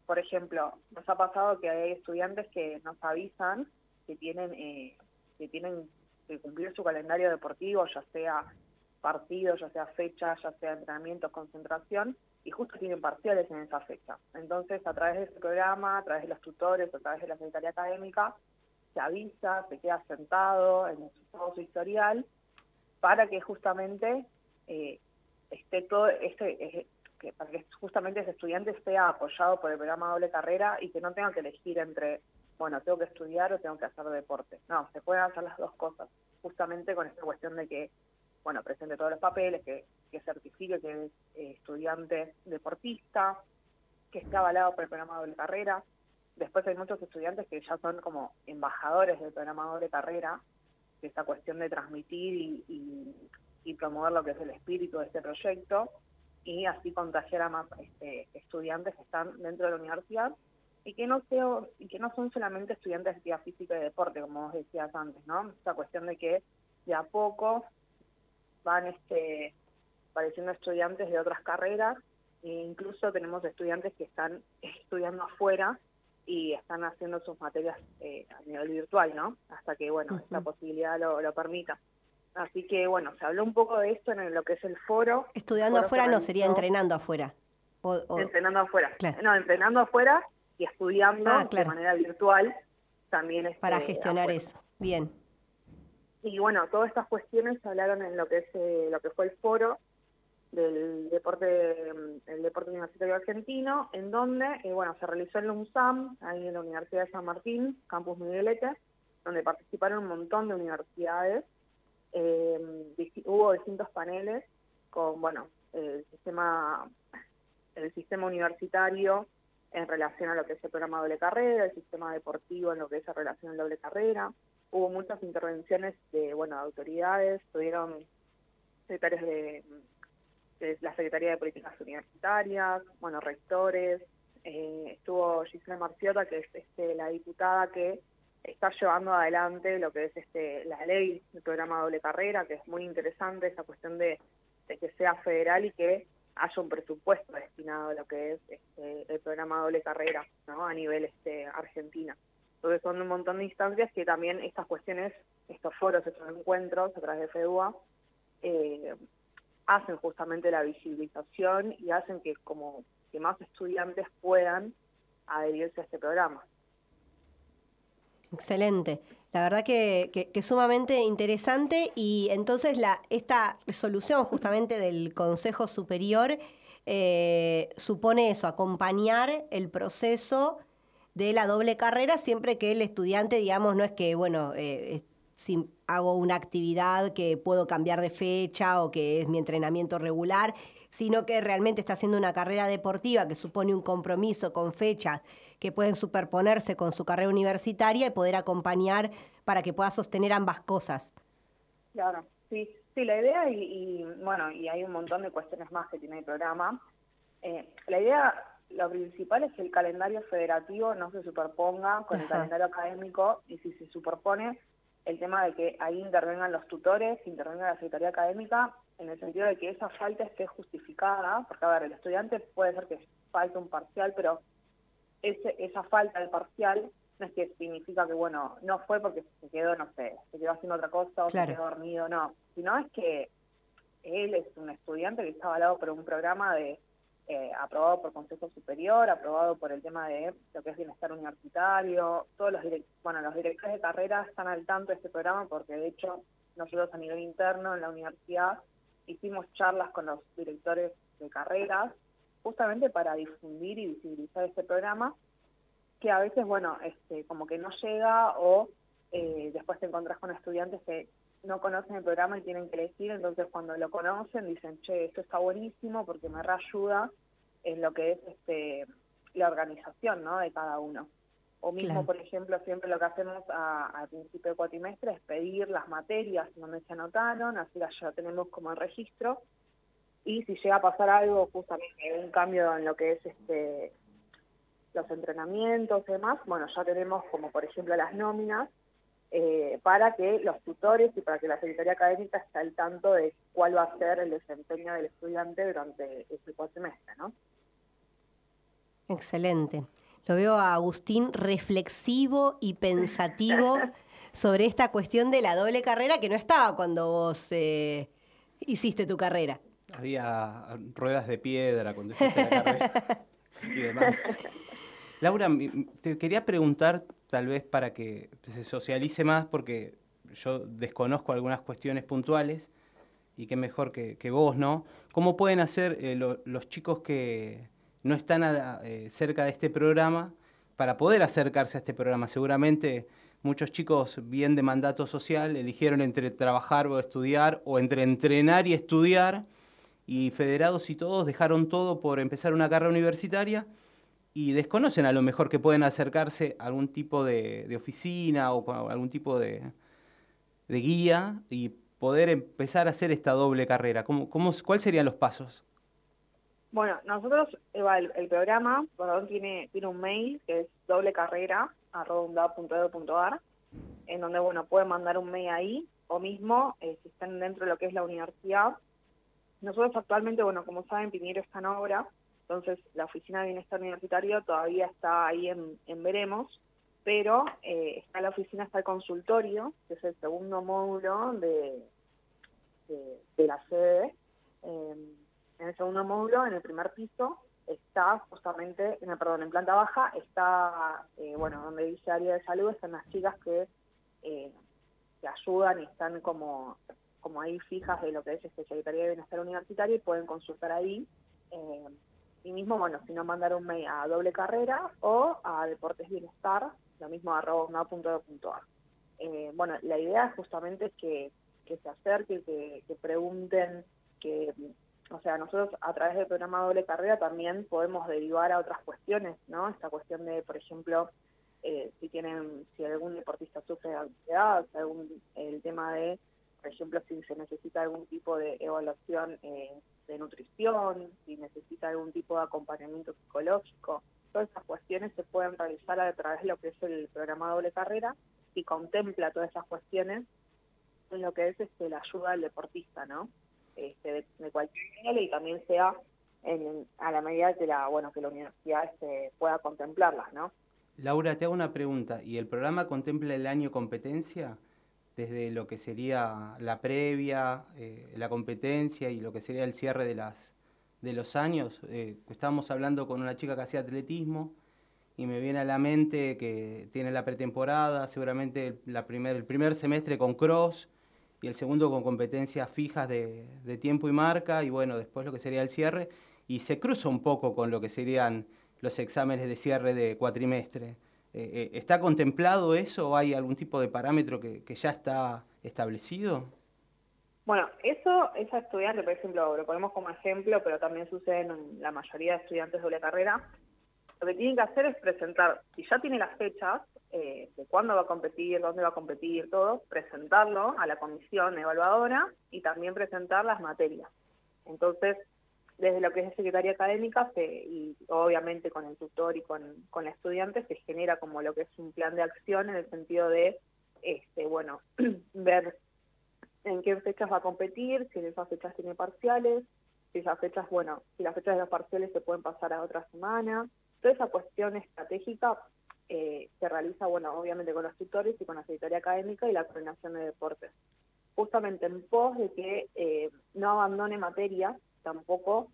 por ejemplo, nos ha pasado que hay estudiantes que nos avisan que tienen eh, que tienen que cumplir su calendario deportivo, ya sea partidos, ya sea fechas, ya sea entrenamientos, concentración, y justo tienen parciales en esa fecha. Entonces, a través de ese programa, a través de los tutores, a través de la Secretaría Académica, se avisa, se queda sentado en todo su historial, para que justamente eh, esté todo, este, eh, que, para que justamente ese estudiante esté apoyado por el programa doble carrera y que no tenga que elegir entre, bueno, tengo que estudiar o tengo que hacer deporte. No, se pueden hacer las dos cosas, justamente con esta cuestión de que, bueno, presente todos los papeles, que, que certifique que es eh, estudiante deportista, que esté avalado por el programa doble carrera. Después hay muchos estudiantes que ya son como embajadores del programa doble carrera, de esta cuestión de transmitir y, y, y promover lo que es el espíritu de este proyecto, y así contagiar a más este, estudiantes que están dentro de la universidad, y que no sea, y que no son solamente estudiantes de actividad física y deporte, como vos decías antes, ¿no? Esta cuestión de que de a poco van este, apareciendo estudiantes de otras carreras, e incluso tenemos estudiantes que están estudiando afuera y están haciendo sus materias eh, a nivel virtual, ¿no? Hasta que, bueno, uh-huh. esta posibilidad lo, lo permita. Así que, bueno, se habló un poco de esto en lo que es el foro. Estudiando foro afuera no, sería entrenando afuera. O, o... Entrenando afuera. Claro. No, entrenando afuera y estudiando ah, claro. de manera virtual también. Este, para gestionar afuera. Eso, bien. Y bueno, todas estas cuestiones se hablaron en lo que es eh, lo que fue el foro del deporte el deporte universitario argentino, en donde eh, bueno, se realizó en la UNSAM, ahí en la Universidad de San Martín, Campus Miguelete, donde participaron un montón de universidades. Eh, hubo distintos paneles con, bueno, el sistema el sistema universitario en relación a lo que es el programa doble carrera, el sistema deportivo en lo que es la relación doble carrera. Hubo muchas intervenciones de, bueno, de autoridades, tuvieron secretarios de, de la Secretaría de Políticas Universitarias, bueno, rectores, eh, estuvo Gisela Marciota, que es este, la diputada que está llevando adelante lo que es este la ley del programa doble carrera, que es muy interesante esa cuestión de, de que sea federal y que haya un presupuesto destinado a lo que es este, el programa doble carrera, ¿no? A nivel este Argentina. Entonces son un montón de instancias que también estas cuestiones, estos foros, estos encuentros a través de FEDUA, eh, hacen justamente la visibilización y hacen que como que más estudiantes puedan adherirse a este programa. Excelente. La verdad que, que, que sumamente interesante, y entonces la esta resolución justamente del Consejo Superior eh, supone eso, acompañar el proceso de la doble carrera siempre que el estudiante, digamos, no es que, bueno, eh, si hago una actividad que puedo cambiar de fecha o que es mi entrenamiento regular, sino que realmente está haciendo una carrera deportiva que supone un compromiso con fechas que pueden superponerse con su carrera universitaria y poder acompañar para que pueda sostener ambas cosas. Claro, sí, sí, la idea, y, y bueno, y hay un montón de cuestiones más que tiene el programa. Eh, la idea, lo principal es que el calendario federativo no se superponga con Ajá. el calendario académico, y si se superpone, el tema de que ahí intervengan los tutores, que intervenga la Secretaría Académica, en el sentido de que esa falta esté justificada, porque a ver, el estudiante puede ser que falte un parcial, pero ese, esa falta del parcial no es que significa que, bueno, no fue porque se quedó, no sé, se quedó haciendo otra cosa o claro. se quedó dormido, no, sino es que él es un estudiante que está avalado por un programa de eh, aprobado por Consejo Superior, aprobado por el tema de lo que es bienestar universitario. Todos los direct bueno, los directores de carrera están al tanto de este programa, porque de hecho nosotros a nivel interno en la universidad hicimos charlas con los directores de carreras justamente para difundir y visibilizar este programa, que a veces, bueno, este, como que no llega, o eh, después te encontrás con estudiantes que no conocen el programa y tienen que elegir. Entonces cuando lo conocen dicen, che, esto está buenísimo porque me reayuda en lo que es este la organización, ¿no?, de cada uno. O mismo, claro. por ejemplo, siempre lo que hacemos al principio de cuatrimestre es pedir las materias donde se anotaron, así que ya tenemos como el registro, y si llega a pasar algo, justamente un cambio en lo que es este los entrenamientos y demás, bueno, ya tenemos como por ejemplo las nóminas, eh, para que los tutores y para que la Secretaría Académica esté al tanto de cuál va a ser el desempeño del estudiante durante este cuatrimestre, ¿no? Excelente. Lo veo a Agustín reflexivo y pensativo sobre esta cuestión de la doble carrera que no estaba cuando vos eh, hiciste tu carrera. Había ruedas de piedra cuando hiciste la carrera y demás. Laura, te quería preguntar, tal vez para que se socialice más, porque yo desconozco algunas cuestiones puntuales, y qué mejor que, que vos, ¿no? ¿Cómo pueden hacer eh, lo, los chicos que no están a, eh, cerca de este programa para poder acercarse a este programa? Seguramente muchos chicos bien de mandato social eligieron entre trabajar o estudiar, o entre entrenar y estudiar, y federados y todos dejaron todo por empezar una carrera universitaria y desconocen a lo mejor que pueden acercarse a algún tipo de, de oficina o a algún tipo de, de guía y poder empezar a hacer esta doble carrera. ¿Cómo, cómo, ¿Cuáles serían los pasos? Bueno, nosotros, Eva, el, el programa, perdón, tiene, tiene un mail que es doblecarrera arroba undab punto edu punto ar, en donde, bueno, pueden mandar un mail ahí, o mismo, eh, si están dentro de lo que es la universidad. Nosotros actualmente, bueno, como saben, Piñero está en obra, entonces la oficina de bienestar universitario todavía está ahí en, en veremos, pero eh, está la oficina, está el consultorio, que es el segundo módulo de, de, de la sede. Eh, en el segundo módulo, en el primer piso, está justamente, en el, perdón, en planta baja, está, eh, bueno, donde dice área de salud, están las chicas que, eh, que ayudan y están como, como ahí fijas de lo que es este Secretaría de Bienestar Universitario y pueden consultar ahí. Eh, y mismo, bueno, si no, mandar un mail a Doble Carrera o a Deportes Bienestar, lo mismo arroba undab punto edu punto ar. Eh, bueno, la idea es justamente que, que se acerquen, que, que pregunten, que, o sea, nosotros a través del programa Doble Carrera también podemos derivar a otras cuestiones, ¿no? Esta cuestión de, por ejemplo, eh, si tienen, si algún deportista sufre de ansiedad, algún, el tema de, por ejemplo, si se necesita algún tipo de evaluación eh, de nutrición, si necesita algún tipo de acompañamiento psicológico. Todas esas cuestiones se pueden realizar a través de lo que es el programa Doble Carrera y contempla todas esas cuestiones en lo que es este, la ayuda al deportista, ¿no? Este, de, de cualquier nivel, y también sea en, a la medida que la, bueno, que la universidad este, pueda contemplarlas, ¿no? Laura, te hago una pregunta. ¿Y el programa contempla el año competencia? Desde lo que sería la previa, eh, la competencia y lo que sería el cierre de las de los años. Eh, estábamos hablando con una chica que hacía atletismo y me viene a la mente que tiene la pretemporada, seguramente la primer, el primer semestre con cross y el segundo con competencias fijas de, de tiempo y marca, y bueno, después lo que sería el cierre, y se cruza un poco con lo que serían los exámenes de cierre de cuatrimestre. Eh, ¿Está contemplado eso o hay algún tipo de parámetro que, que ya está establecido? Bueno, eso es a estudiantes, por ejemplo, lo ponemos como ejemplo, pero también sucede en la mayoría de estudiantes de doble carrera. Lo que tienen que hacer es presentar, si ya tiene las fechas, eh, de cuándo va a competir, dónde va a competir, todo, presentarlo a la comisión evaluadora y también presentar las materias. Entonces, desde lo que es Secretaría Académica, se, y obviamente con el tutor y con, con la estudiante, se genera como lo que es un plan de acción en el sentido de, este, bueno, ver en qué fechas va a competir, si en esas fechas tiene parciales, si esas fechas, bueno, si las fechas de los parciales se pueden pasar a otra semana. Toda esa cuestión estratégica eh, se realiza, bueno, obviamente con los tutores y con la Secretaría Académica y la coordinación de deportes. Justamente en pos de que eh, no abandone materias, tampoco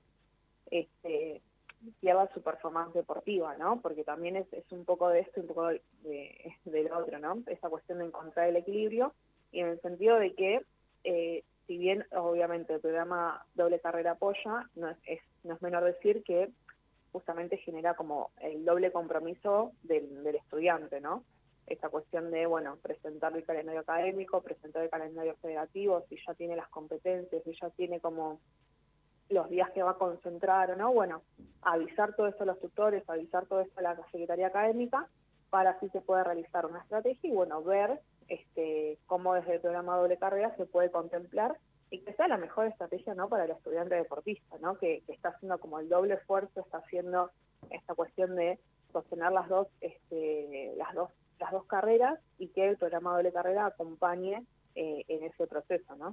este, lleva su performance deportiva, ¿no? Porque también es, es un poco de esto y un poco de, de, de lo otro, ¿no? Esa cuestión de encontrar el equilibrio, y en el sentido de que, eh, si bien obviamente el programa Doble Carrera apoya, no es, es, no es menor decir que justamente genera como el doble compromiso del, del estudiante, ¿no? Esta cuestión de, bueno, presentar el calendario académico, presentar el calendario federativo, si ya tiene las competencias, si ya tiene como los días que va a concentrar o no, bueno, avisar todo esto a los tutores, avisar todo esto a la Secretaría Académica, para así se pueda realizar una estrategia y, bueno, ver este cómo desde el programa Doble Carrera se puede contemplar y que sea la mejor estrategia, ¿no?, para el estudiante deportista, ¿no?, que, que está haciendo como el doble esfuerzo, está haciendo esta cuestión de sostener las dos, este, las dos, las dos carreras, y que el programa Doble Carrera acompañe eh, en ese proceso, ¿no?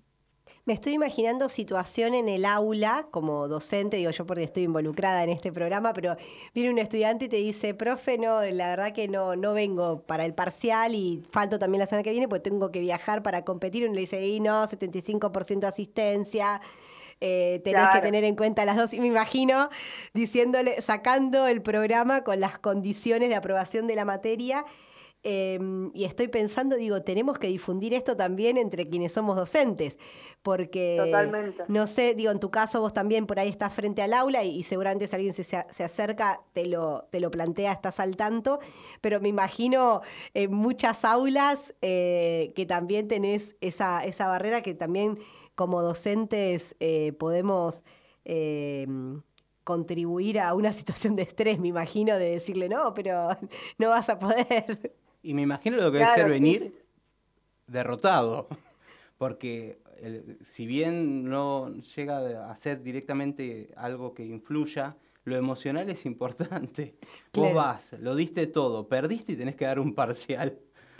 Me estoy imaginando situación en el aula como docente, digo yo porque estoy involucrada en este programa, pero viene un estudiante y te dice, profe, no, la verdad que no, no vengo para el parcial y falto también la semana que viene porque tengo que viajar para competir. Y uno le dice, y no, setenta y cinco por ciento de asistencia, eh, tenés Claro. que tener en cuenta las dos. Y me imagino diciéndole, sacando el programa con las condiciones de aprobación de la materia. Eh, y estoy pensando, digo, tenemos que difundir esto también entre quienes somos docentes, porque, Totalmente. no sé, digo, en tu caso vos también por ahí estás frente al aula y, y seguramente si alguien se, se acerca, te lo, te lo plantea, estás al tanto, pero me imagino en muchas aulas eh, que también tenés esa, esa barrera que también como docentes eh, podemos... Eh, contribuir a una situación de estrés, me imagino, de decirle, no, pero no vas a poder. Y me imagino lo que Claro, debe ser sí. venir derrotado, porque el- si bien no llega a ser directamente algo que influya, lo emocional es importante. Claro. Vos vas, lo diste todo, perdiste y tenés que dar un parcial.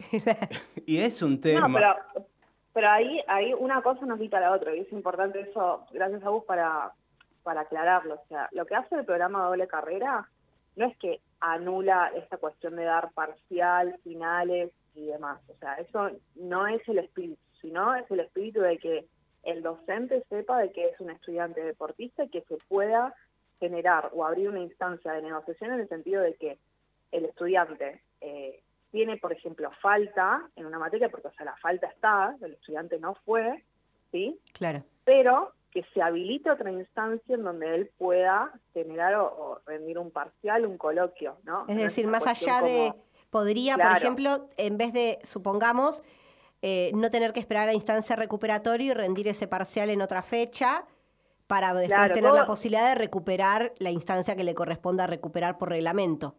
Y es un tema. No, pero, pero ahí, ahí una cosa no quita la otra, y es importante eso, gracias a vos, para, para aclararlo. O sea, lo que hace el programa Doble Carrera no es que anula esta cuestión de dar parcial, finales y demás. O sea, eso no es el espíritu, sino es el espíritu de que el docente sepa de que es un estudiante deportista y que se pueda generar o abrir una instancia de negociación en el sentido de que el estudiante eh, tiene, por ejemplo, falta en una materia, porque o sea, la falta está, el estudiante no fue, ¿sí? Claro. Pero que se habilite otra instancia en donde él pueda generar o, o rendir un parcial, un coloquio, ¿no? Es No decir, una más cuestión allá de, como- podría, Claro. por ejemplo, en vez de, supongamos, eh, no tener que esperar a la instancia recuperatoria y rendir ese parcial en otra fecha para después Claro, tener todo- la posibilidad de recuperar la instancia que le corresponda recuperar por reglamento.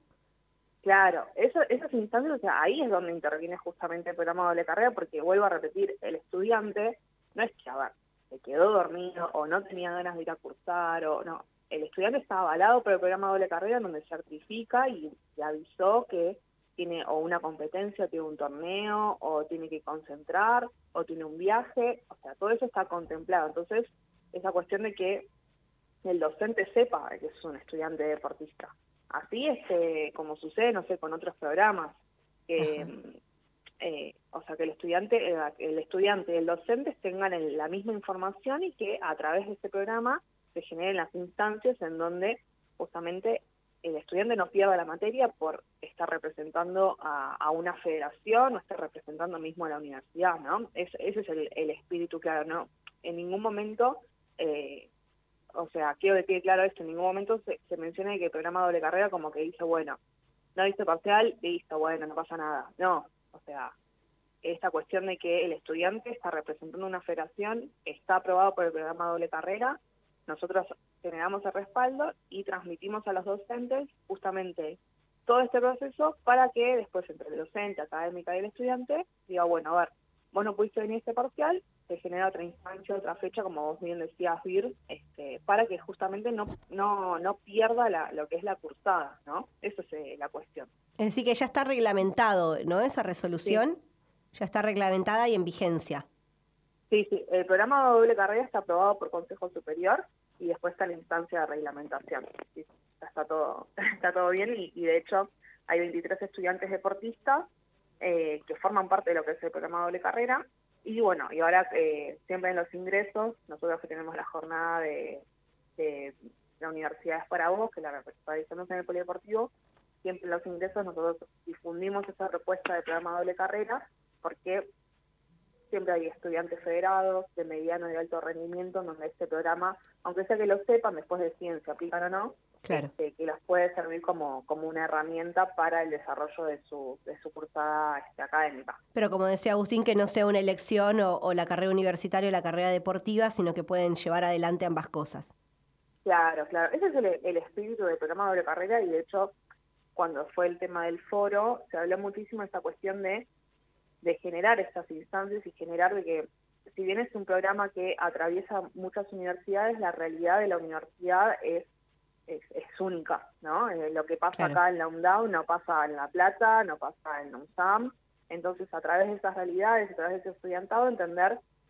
Claro, eso, esas instancias, o sea, ahí es donde interviene justamente el programa Doble Carrera, porque vuelvo a repetir, el estudiante no es que, a ver, se quedó dormido o no tenía ganas de ir a cursar o no. El estudiante está avalado por el programa Doble Carrera, en donde certifica y le avisó que tiene o una competencia, tiene un torneo, o tiene que concentrar, o tiene un viaje, o sea, todo eso está contemplado. Entonces, esa cuestión de que el docente sepa que es un estudiante deportista. Así es que, como sucede, no sé, con otros programas, que, eh, o sea, que el estudiante, eh, el estudiante y el docente tengan el- la misma información y que a través de este programa se generen las instancias en donde justamente el estudiante no pierda la materia por estar representando a, a una federación o estar representando mismo a la universidad, ¿no? Es, ese es el, el espíritu claro, ¿no? En ningún momento... Eh, O sea, quiero que quede claro esto, en ningún momento se, se menciona que el programa Doble Carrera como que dice, bueno, no dice parcial, listo, bueno, no pasa nada. No, o sea, esta cuestión de que el estudiante está representando una federación, está aprobado por el programa Doble Carrera, nosotros generamos el respaldo y transmitimos a los docentes justamente todo este proceso para que después entre el docente, académica y el estudiante diga, bueno, a ver, vos no pudiste venir a este parcial, se genera otra instancia, otra fecha, como vos bien decías, Vir, este, para que justamente no no no pierda la, lo que es la cursada, ¿no? Esa es eh, la cuestión. Es decir, que ya está reglamentado, ¿no? Esa resolución ya está reglamentada y en vigencia. Sí, sí, el programa Doble Carrera está aprobado por Consejo Superior y después está la instancia de reglamentación. Sí, ya está todo está todo bien y, y de hecho hay veintitrés estudiantes deportistas eh, que forman parte de lo que es el programa Doble Carrera. Y bueno, y ahora eh, siempre en los ingresos, nosotros que tenemos la jornada de, de la Universidad es para Vos, que la realizamos en el Polideportivo, siempre en los ingresos nosotros difundimos esa propuesta de programa Doble Carrera, porque siempre hay estudiantes federados de mediano y de alto rendimiento, en donde este programa, aunque sea que lo sepan, después deciden si aplican o no, Claro. este, que las puede servir como, como una herramienta para el desarrollo de su, de su cursada este, académica. Pero como decía Agustín, que no sea una elección o, o la carrera universitaria o la carrera deportiva, sino que pueden llevar adelante ambas cosas. Claro, claro. Ese es el, el espíritu del programa Doble Carrera y de hecho cuando fue el tema del foro se habló muchísimo de esta cuestión de, de generar estas instancias y generar de que si bien es un programa que atraviesa muchas universidades, la realidad de la universidad es Es, es única, ¿no? Eh, lo que pasa Claro. acá en la UNDAV no pasa en La Plata, no pasa en la UNSAM. Entonces, a través de esas realidades, a través de ese estudiantado, entender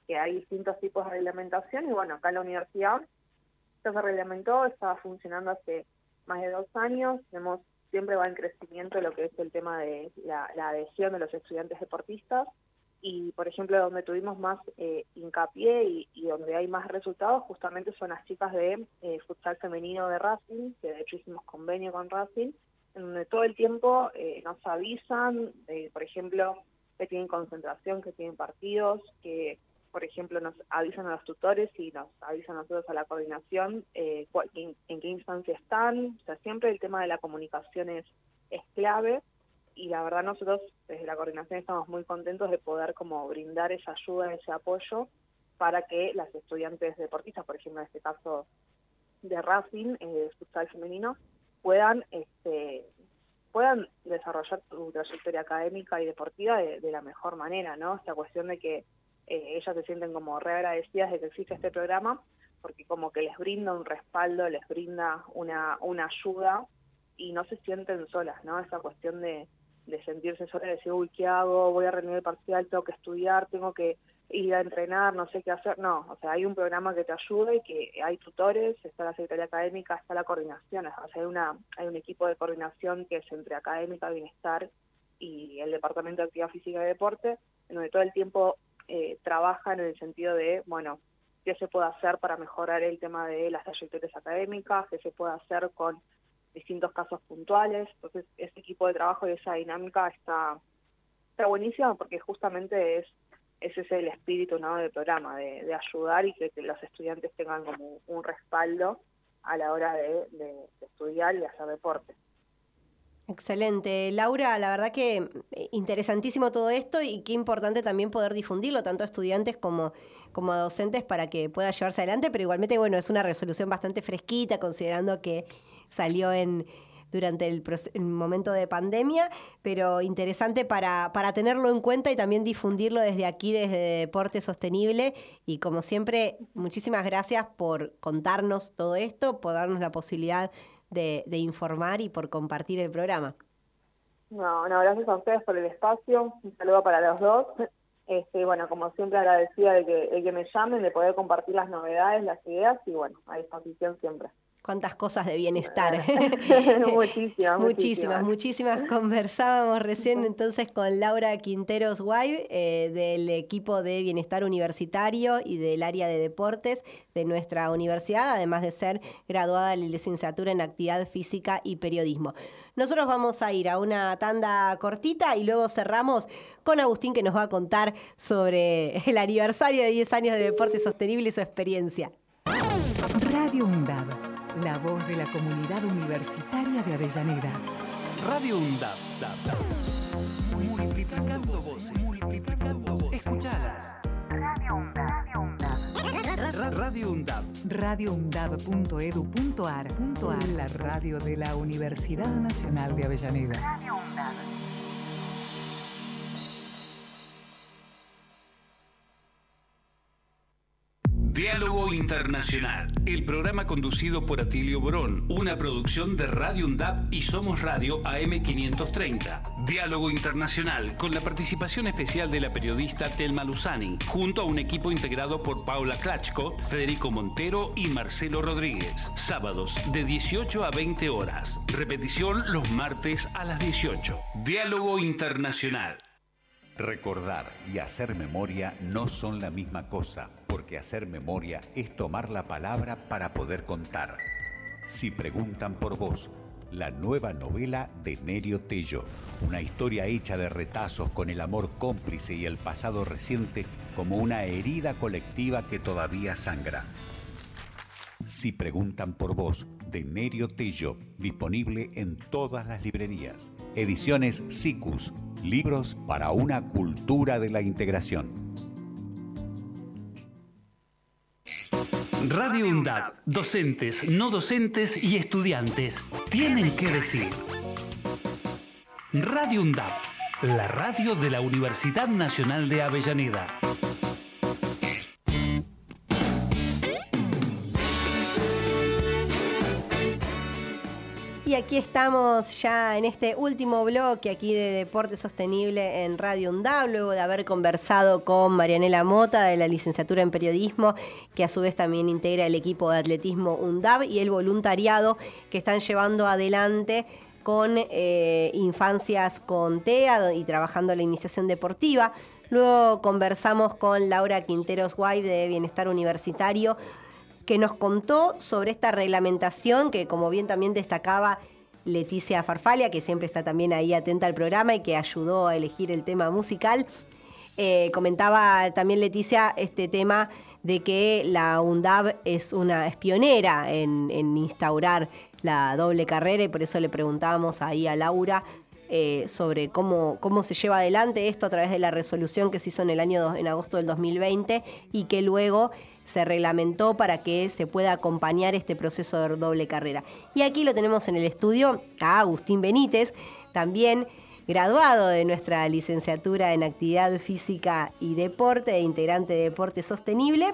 que hay distintos tipos de reglamentación, y bueno, acá en la universidad esto se reglamentó, estaba funcionando hace más de dos años, tenemos, siempre va en crecimiento lo que es el tema de la, la adhesión de los estudiantes deportistas, y por ejemplo donde tuvimos más eh, hincapié y, y donde hay más resultados justamente son las chicas de eh, futsal femenino de Racing, que de hecho hicimos convenio con Racing, en donde todo el tiempo eh, nos avisan, de, por ejemplo, que tienen concentración, que tienen partidos, que por ejemplo nos avisan a los tutores y nos avisan a nosotros a la coordinación eh, cuál, en, en qué instancia están. O sea, siempre el tema de la comunicación es, es clave, y la verdad nosotros desde la coordinación estamos muy contentos de poder como brindar esa ayuda, ese apoyo para que las estudiantes deportistas, por ejemplo en este caso de Racing, eh, de futsal femenino, puedan este puedan desarrollar su trayectoria académica y deportiva de, de la mejor manera, ¿no? Esta cuestión de que eh, ellas se sienten como re agradecidas de que existe este programa, porque como que les brinda un respaldo, les brinda una, una ayuda, y no se sienten solas, ¿no? Esa cuestión de, de sentirse solas, de decir, uy, ¿qué hago? Voy a rendir el parcial, tengo que estudiar, tengo que ir a entrenar, no sé qué hacer. No, o sea, hay un programa que te ayuda y que hay tutores, está la Secretaría Académica, está la coordinación, o sea, hay, una, hay un equipo de coordinación que es entre académica, bienestar y el Departamento de Actividad Física y Deporte, en donde todo el tiempo eh, trabajan en el sentido de, bueno, qué se puede hacer para mejorar el tema de las trayectorias académicas, qué se puede hacer con distintos casos puntuales. Entonces ese equipo de trabajo y esa dinámica está, está buenísima, porque justamente es ese es el espíritu, ¿no?, del programa, de, de ayudar y que, que los estudiantes tengan como un respaldo a la hora de, de, de estudiar y hacer deporte. Excelente. Laura, la verdad que interesantísimo todo esto, y qué importante también poder difundirlo, tanto a estudiantes como, como a docentes, para que pueda llevarse adelante, pero igualmente, bueno, es una resolución bastante fresquita, considerando que salió en durante el, el momento de pandemia, pero interesante para, para tenerlo en cuenta y también difundirlo desde aquí, desde Deporte Sostenible. Y como siempre, muchísimas gracias por contarnos todo esto, por darnos la posibilidad de, de informar y por compartir el programa. No, no, gracias a ustedes por el espacio, un saludo para los dos. Este, bueno, como siempre, agradecida de que, de que me llamen, de poder compartir las novedades, las ideas, y bueno, a disposición siempre. Cuántas cosas de bienestar. muchísimas, muchísimas, muchísimas. Conversábamos recién entonces con Laura Quinteros Guay, eh, del equipo de bienestar universitario y del área de deportes de nuestra universidad, además de ser graduada de la licenciatura en actividad física y periodismo. Nosotros vamos a ir a una tanda cortita y luego cerramos con Agustín, que nos va a contar sobre el aniversario de diez años de Deporte Sostenible y su experiencia. Radio UNDAB, la voz de la comunidad universitaria de Avellaneda. Radio UNDAB. Multiplicando voces. Multiplicando voces. Escuchalas. Radio UNDAB. Radio UNDAB. radio undab punto edu punto ar. La radio de la Universidad Nacional de Avellaneda. Radio UNDAB. Diálogo Internacional, el programa conducido por Atilio Borón, una producción de Radio UNDAB y Somos Radio A M quinientos treinta. Diálogo Internacional, con la participación especial de la periodista Telma Luzani, junto a un equipo integrado por Paula Klachko, Federico Montero y Marcelo Rodríguez. Sábados de dieciocho a veinte horas. Repetición los martes a las dieciocho. Diálogo Internacional. Recordar y hacer memoria no son la misma cosa, porque hacer memoria es tomar la palabra para poder contar. Si preguntan por vos, la nueva novela de Nerio Tello, una historia hecha de retazos con el amor cómplice y el pasado reciente como una herida colectiva que todavía sangra. Si preguntan por vos, de Nerio Tello, disponible en todas las librerías. Ediciones Sicus, libros para una cultura de la integración. Radio UNDAB, docentes, no docentes y estudiantes tienen que decir. Radio UNDAB, la radio de la Universidad Nacional de Avellaneda. Y aquí estamos ya en este último bloque aquí de Deporte Sostenible en Radio UNDAB, luego de haber conversado con Marianela Mota de la licenciatura en Periodismo, que a su vez también integra el equipo de atletismo UNDAB y el voluntariado que están llevando adelante con eh, infancias con T E A y trabajando la iniciación deportiva. Luego conversamos con Laura Quinteros Guay de Bienestar Universitario, que nos contó sobre esta reglamentación que, como bien también destacaba Leticia Farfalia, que siempre está también ahí atenta al programa y que ayudó a elegir el tema musical. Eh, comentaba también Leticia este tema de que la UNDAB es una es pionera en, en instaurar la doble carrera, y por eso le preguntábamos ahí a Laura eh, sobre cómo, cómo se lleva adelante esto a través de la resolución que se hizo en el año en agosto del dos mil veinte y que luego se reglamentó para que se pueda acompañar este proceso de doble carrera. Y aquí lo tenemos en el estudio a Agustín Benítez, también graduado de nuestra licenciatura en Actividad Física y Deporte e integrante de Deporte Sostenible.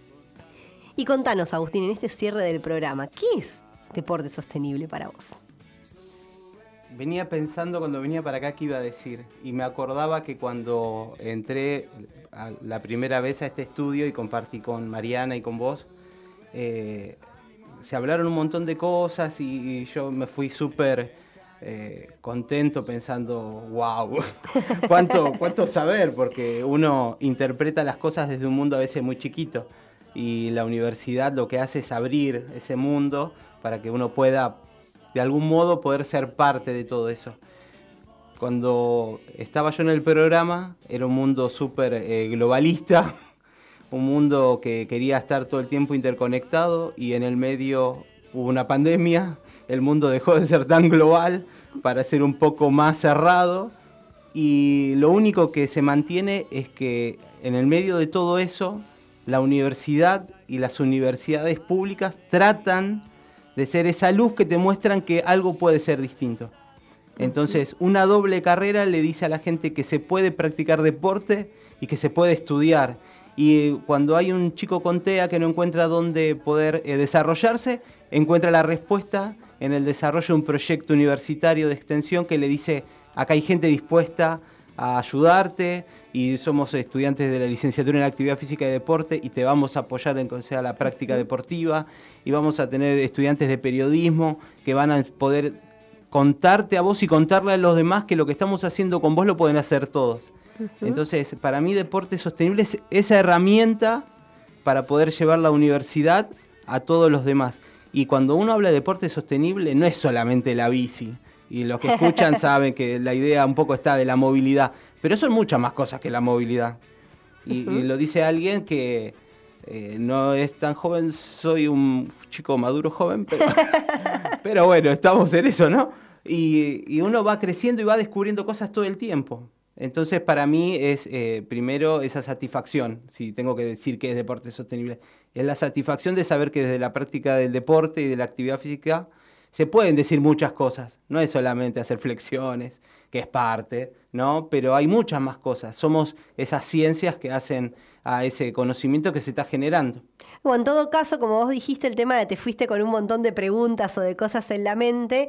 Y contanos, Agustín, en este cierre del programa, ¿qué es Deporte Sostenible para vos? Venía pensando cuando venía para acá qué iba a decir, y me acordaba que cuando entré a la primera vez a este estudio y compartí con Mariana y con vos, eh, se hablaron un montón de cosas y, y yo me fui súper eh, contento pensando, wow, cuánto, cuánto saber, porque uno interpreta las cosas desde un mundo a veces muy chiquito, y la universidad lo que hace es abrir ese mundo para que uno pueda de algún modo poder ser parte de todo eso. Cuando estaba yo en el programa era un mundo súper eh, globalista, un mundo que quería estar todo el tiempo interconectado, y en el medio hubo una pandemia, el mundo dejó de ser tan global para ser un poco más cerrado, y lo único que se mantiene es que en el medio de todo eso la universidad y las universidades públicas tratan de ser esa luz que te muestran que algo puede ser distinto. Entonces, una doble carrera le dice a la gente que se puede practicar deporte y que se puede estudiar. Y cuando hay un chico con T E A que no encuentra dónde poder eh, desarrollarse, encuentra la respuesta en el desarrollo de un proyecto universitario de extensión que le dice, acá hay gente dispuesta a ayudarte, y somos estudiantes de la licenciatura en Actividad Física y Deporte y te vamos a apoyar en que sea la práctica deportiva, y vamos a tener estudiantes de periodismo que van a poder contarte a vos y contarle a los demás que lo que estamos haciendo con vos lo pueden hacer todos. Uh-huh. Entonces, para mí Deporte Sostenible es esa herramienta para poder llevar la universidad a todos los demás. Y cuando uno habla de deporte sostenible no es solamente la bici, y los que escuchan saben que la idea un poco está de la movilidad, pero son muchas más cosas que la movilidad. Y, uh-huh. y lo dice alguien que eh, no es tan joven, soy un chico maduro joven, pero, pero bueno, estamos en eso, ¿no? Y, y uno va creciendo y va descubriendo cosas todo el tiempo. Entonces, para mí es eh, primero esa satisfacción, si tengo que decir que es deporte sostenible, es la satisfacción de saber que desde la práctica del deporte y de la actividad física se pueden decir muchas cosas. No es solamente hacer flexiones, que es parte, ¿no? Pero hay muchas más cosas. Somos esas ciencias que hacen a ese conocimiento que se está generando. Bueno, en todo caso, como vos dijiste, el tema de te fuiste con un montón de preguntas o de cosas en la mente.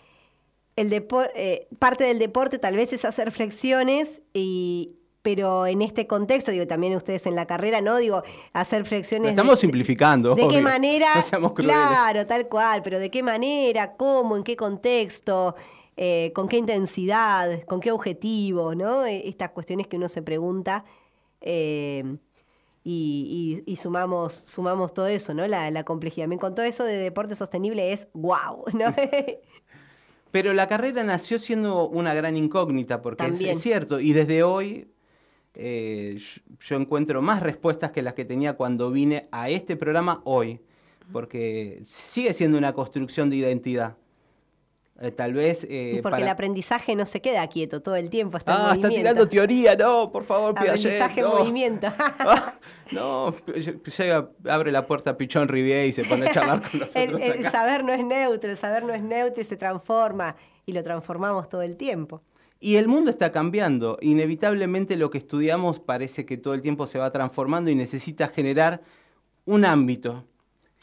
El depo- eh, parte del deporte tal vez es hacer flexiones, y, pero en este contexto, digo, también ustedes en la carrera, ¿no? Digo, hacer flexiones... Lo estamos de, simplificando. ¿De obvio. qué manera? No seamos crueles. Claro, tal cual, pero ¿de qué manera? ¿Cómo? ¿En qué contexto? Eh, ¿Con qué intensidad? ¿Con qué objetivo? ¿No? Estas cuestiones que uno se pregunta... Eh, Y, y, y sumamos, sumamos todo eso, ¿no? La, la complejidad. Me contó eso de deporte sostenible, es guau, ¿no? Pero la carrera nació siendo una gran incógnita, porque es, es cierto, y desde hoy eh, yo encuentro más respuestas que las que tenía cuando vine a este programa hoy, porque sigue siendo una construcción de identidad. Eh, tal vez... Eh, porque para... el aprendizaje no se queda quieto todo el tiempo, está ah, en movimiento. Está tirando teoría, no, por favor, Piaget. Aprendizaje no. en movimiento. ah, no, llega, abre la puerta a Pichón Rivière y se pone a charlar con nosotros el, el acá. saber no es neutro, el saber no es neutro y se transforma, y lo transformamos todo el tiempo. Y el mundo está cambiando. Inevitablemente lo que estudiamos parece que todo el tiempo se va transformando y necesita generar un ámbito.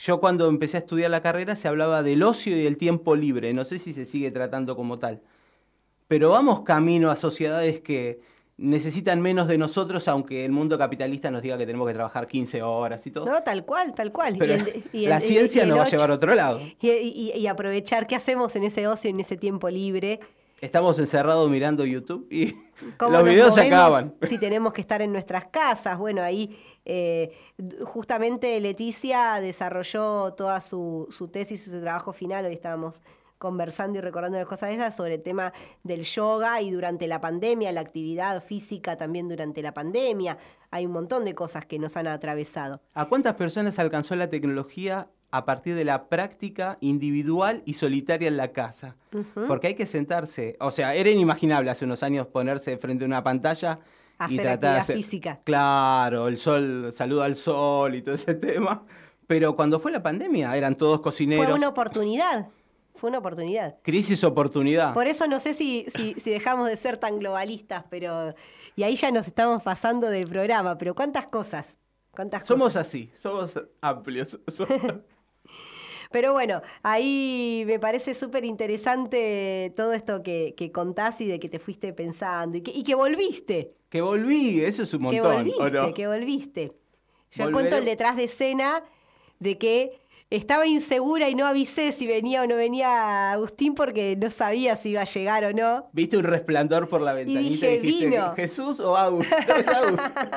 Yo cuando empecé a estudiar la carrera se hablaba del ocio y del tiempo libre, no sé si se sigue tratando como tal. Pero vamos camino a sociedades que necesitan menos de nosotros, aunque el mundo capitalista nos diga que tenemos que trabajar quince horas y todo. No, tal cual, tal cual. Pero y el, y la el, ciencia y nos va a ocho, llevar a otro lado. Y, y, y aprovechar qué hacemos en ese ocio, en ese tiempo libre. Estamos encerrados mirando YouTube y ¿Cómo los videos se movemos acaban. Si tenemos que estar en nuestras casas. Bueno, ahí eh, justamente Leticia desarrolló toda su, su tesis y su trabajo final. Hoy estábamos conversando y recordando las cosas de esas sobre el tema del yoga y durante la pandemia, la actividad física también durante la pandemia. Hay un montón de cosas que nos han atravesado. ¿A cuántas personas alcanzó la tecnología a partir de la práctica individual y solitaria en la casa? Uh-huh. Porque hay que sentarse. O sea, era inimaginable hace unos años ponerse frente a una pantalla y Hacer tratar actividad de hacer... física. Claro, el sol, saludo al sol y todo ese tema. Pero cuando fue la pandemia eran todos cocineros. Fue una oportunidad. Fue una oportunidad. Crisis, oportunidad. Por eso no sé si, si, si dejamos de ser tan globalistas, pero... Y ahí ya nos estamos pasando del programa, pero ¿cuántas cosas? ¿Cuántas somos cosas? así, somos amplios. Somos... Pero bueno, ahí me parece súper interesante todo esto que, que contás y de que te fuiste pensando y que, y que volviste. Que volví, eso es un montón. Que volviste, ¿o no? que volviste. Yo Volveré... cuento el detrás de escena de que estaba insegura y no avisé si venía o no venía Agustín porque no sabía si iba a llegar o no. Viste un resplandor por la ventanita y, dije, dijiste, vino. ¿Jesús o Agus? No, es Agus.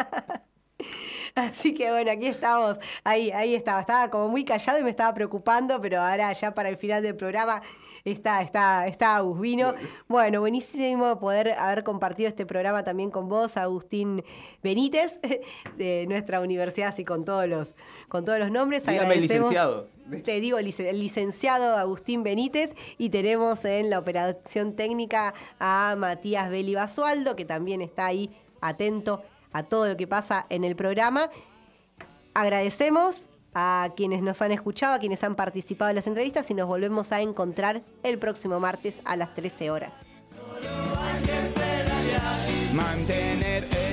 Así que bueno, aquí estamos. Ahí, ahí estaba. Estaba como muy callado y me estaba preocupando, pero ahora ya para el final del programa está, está, está Agus, vino. Bueno. bueno, buenísimo poder haber compartido este programa también con vos, Agustín Benítez, de nuestra universidad, así con todos los, con todos los nombres. Dígame licenciado. Te digo, el licenciado Agustín Benítez, y tenemos en la operación técnica a Matías Beli Basualdo, que también está ahí atento a todo lo que pasa en el programa. Agradecemos a quienes nos han escuchado, a quienes han participado en las entrevistas, y nos volvemos a encontrar el próximo martes a las trece horas. Mantener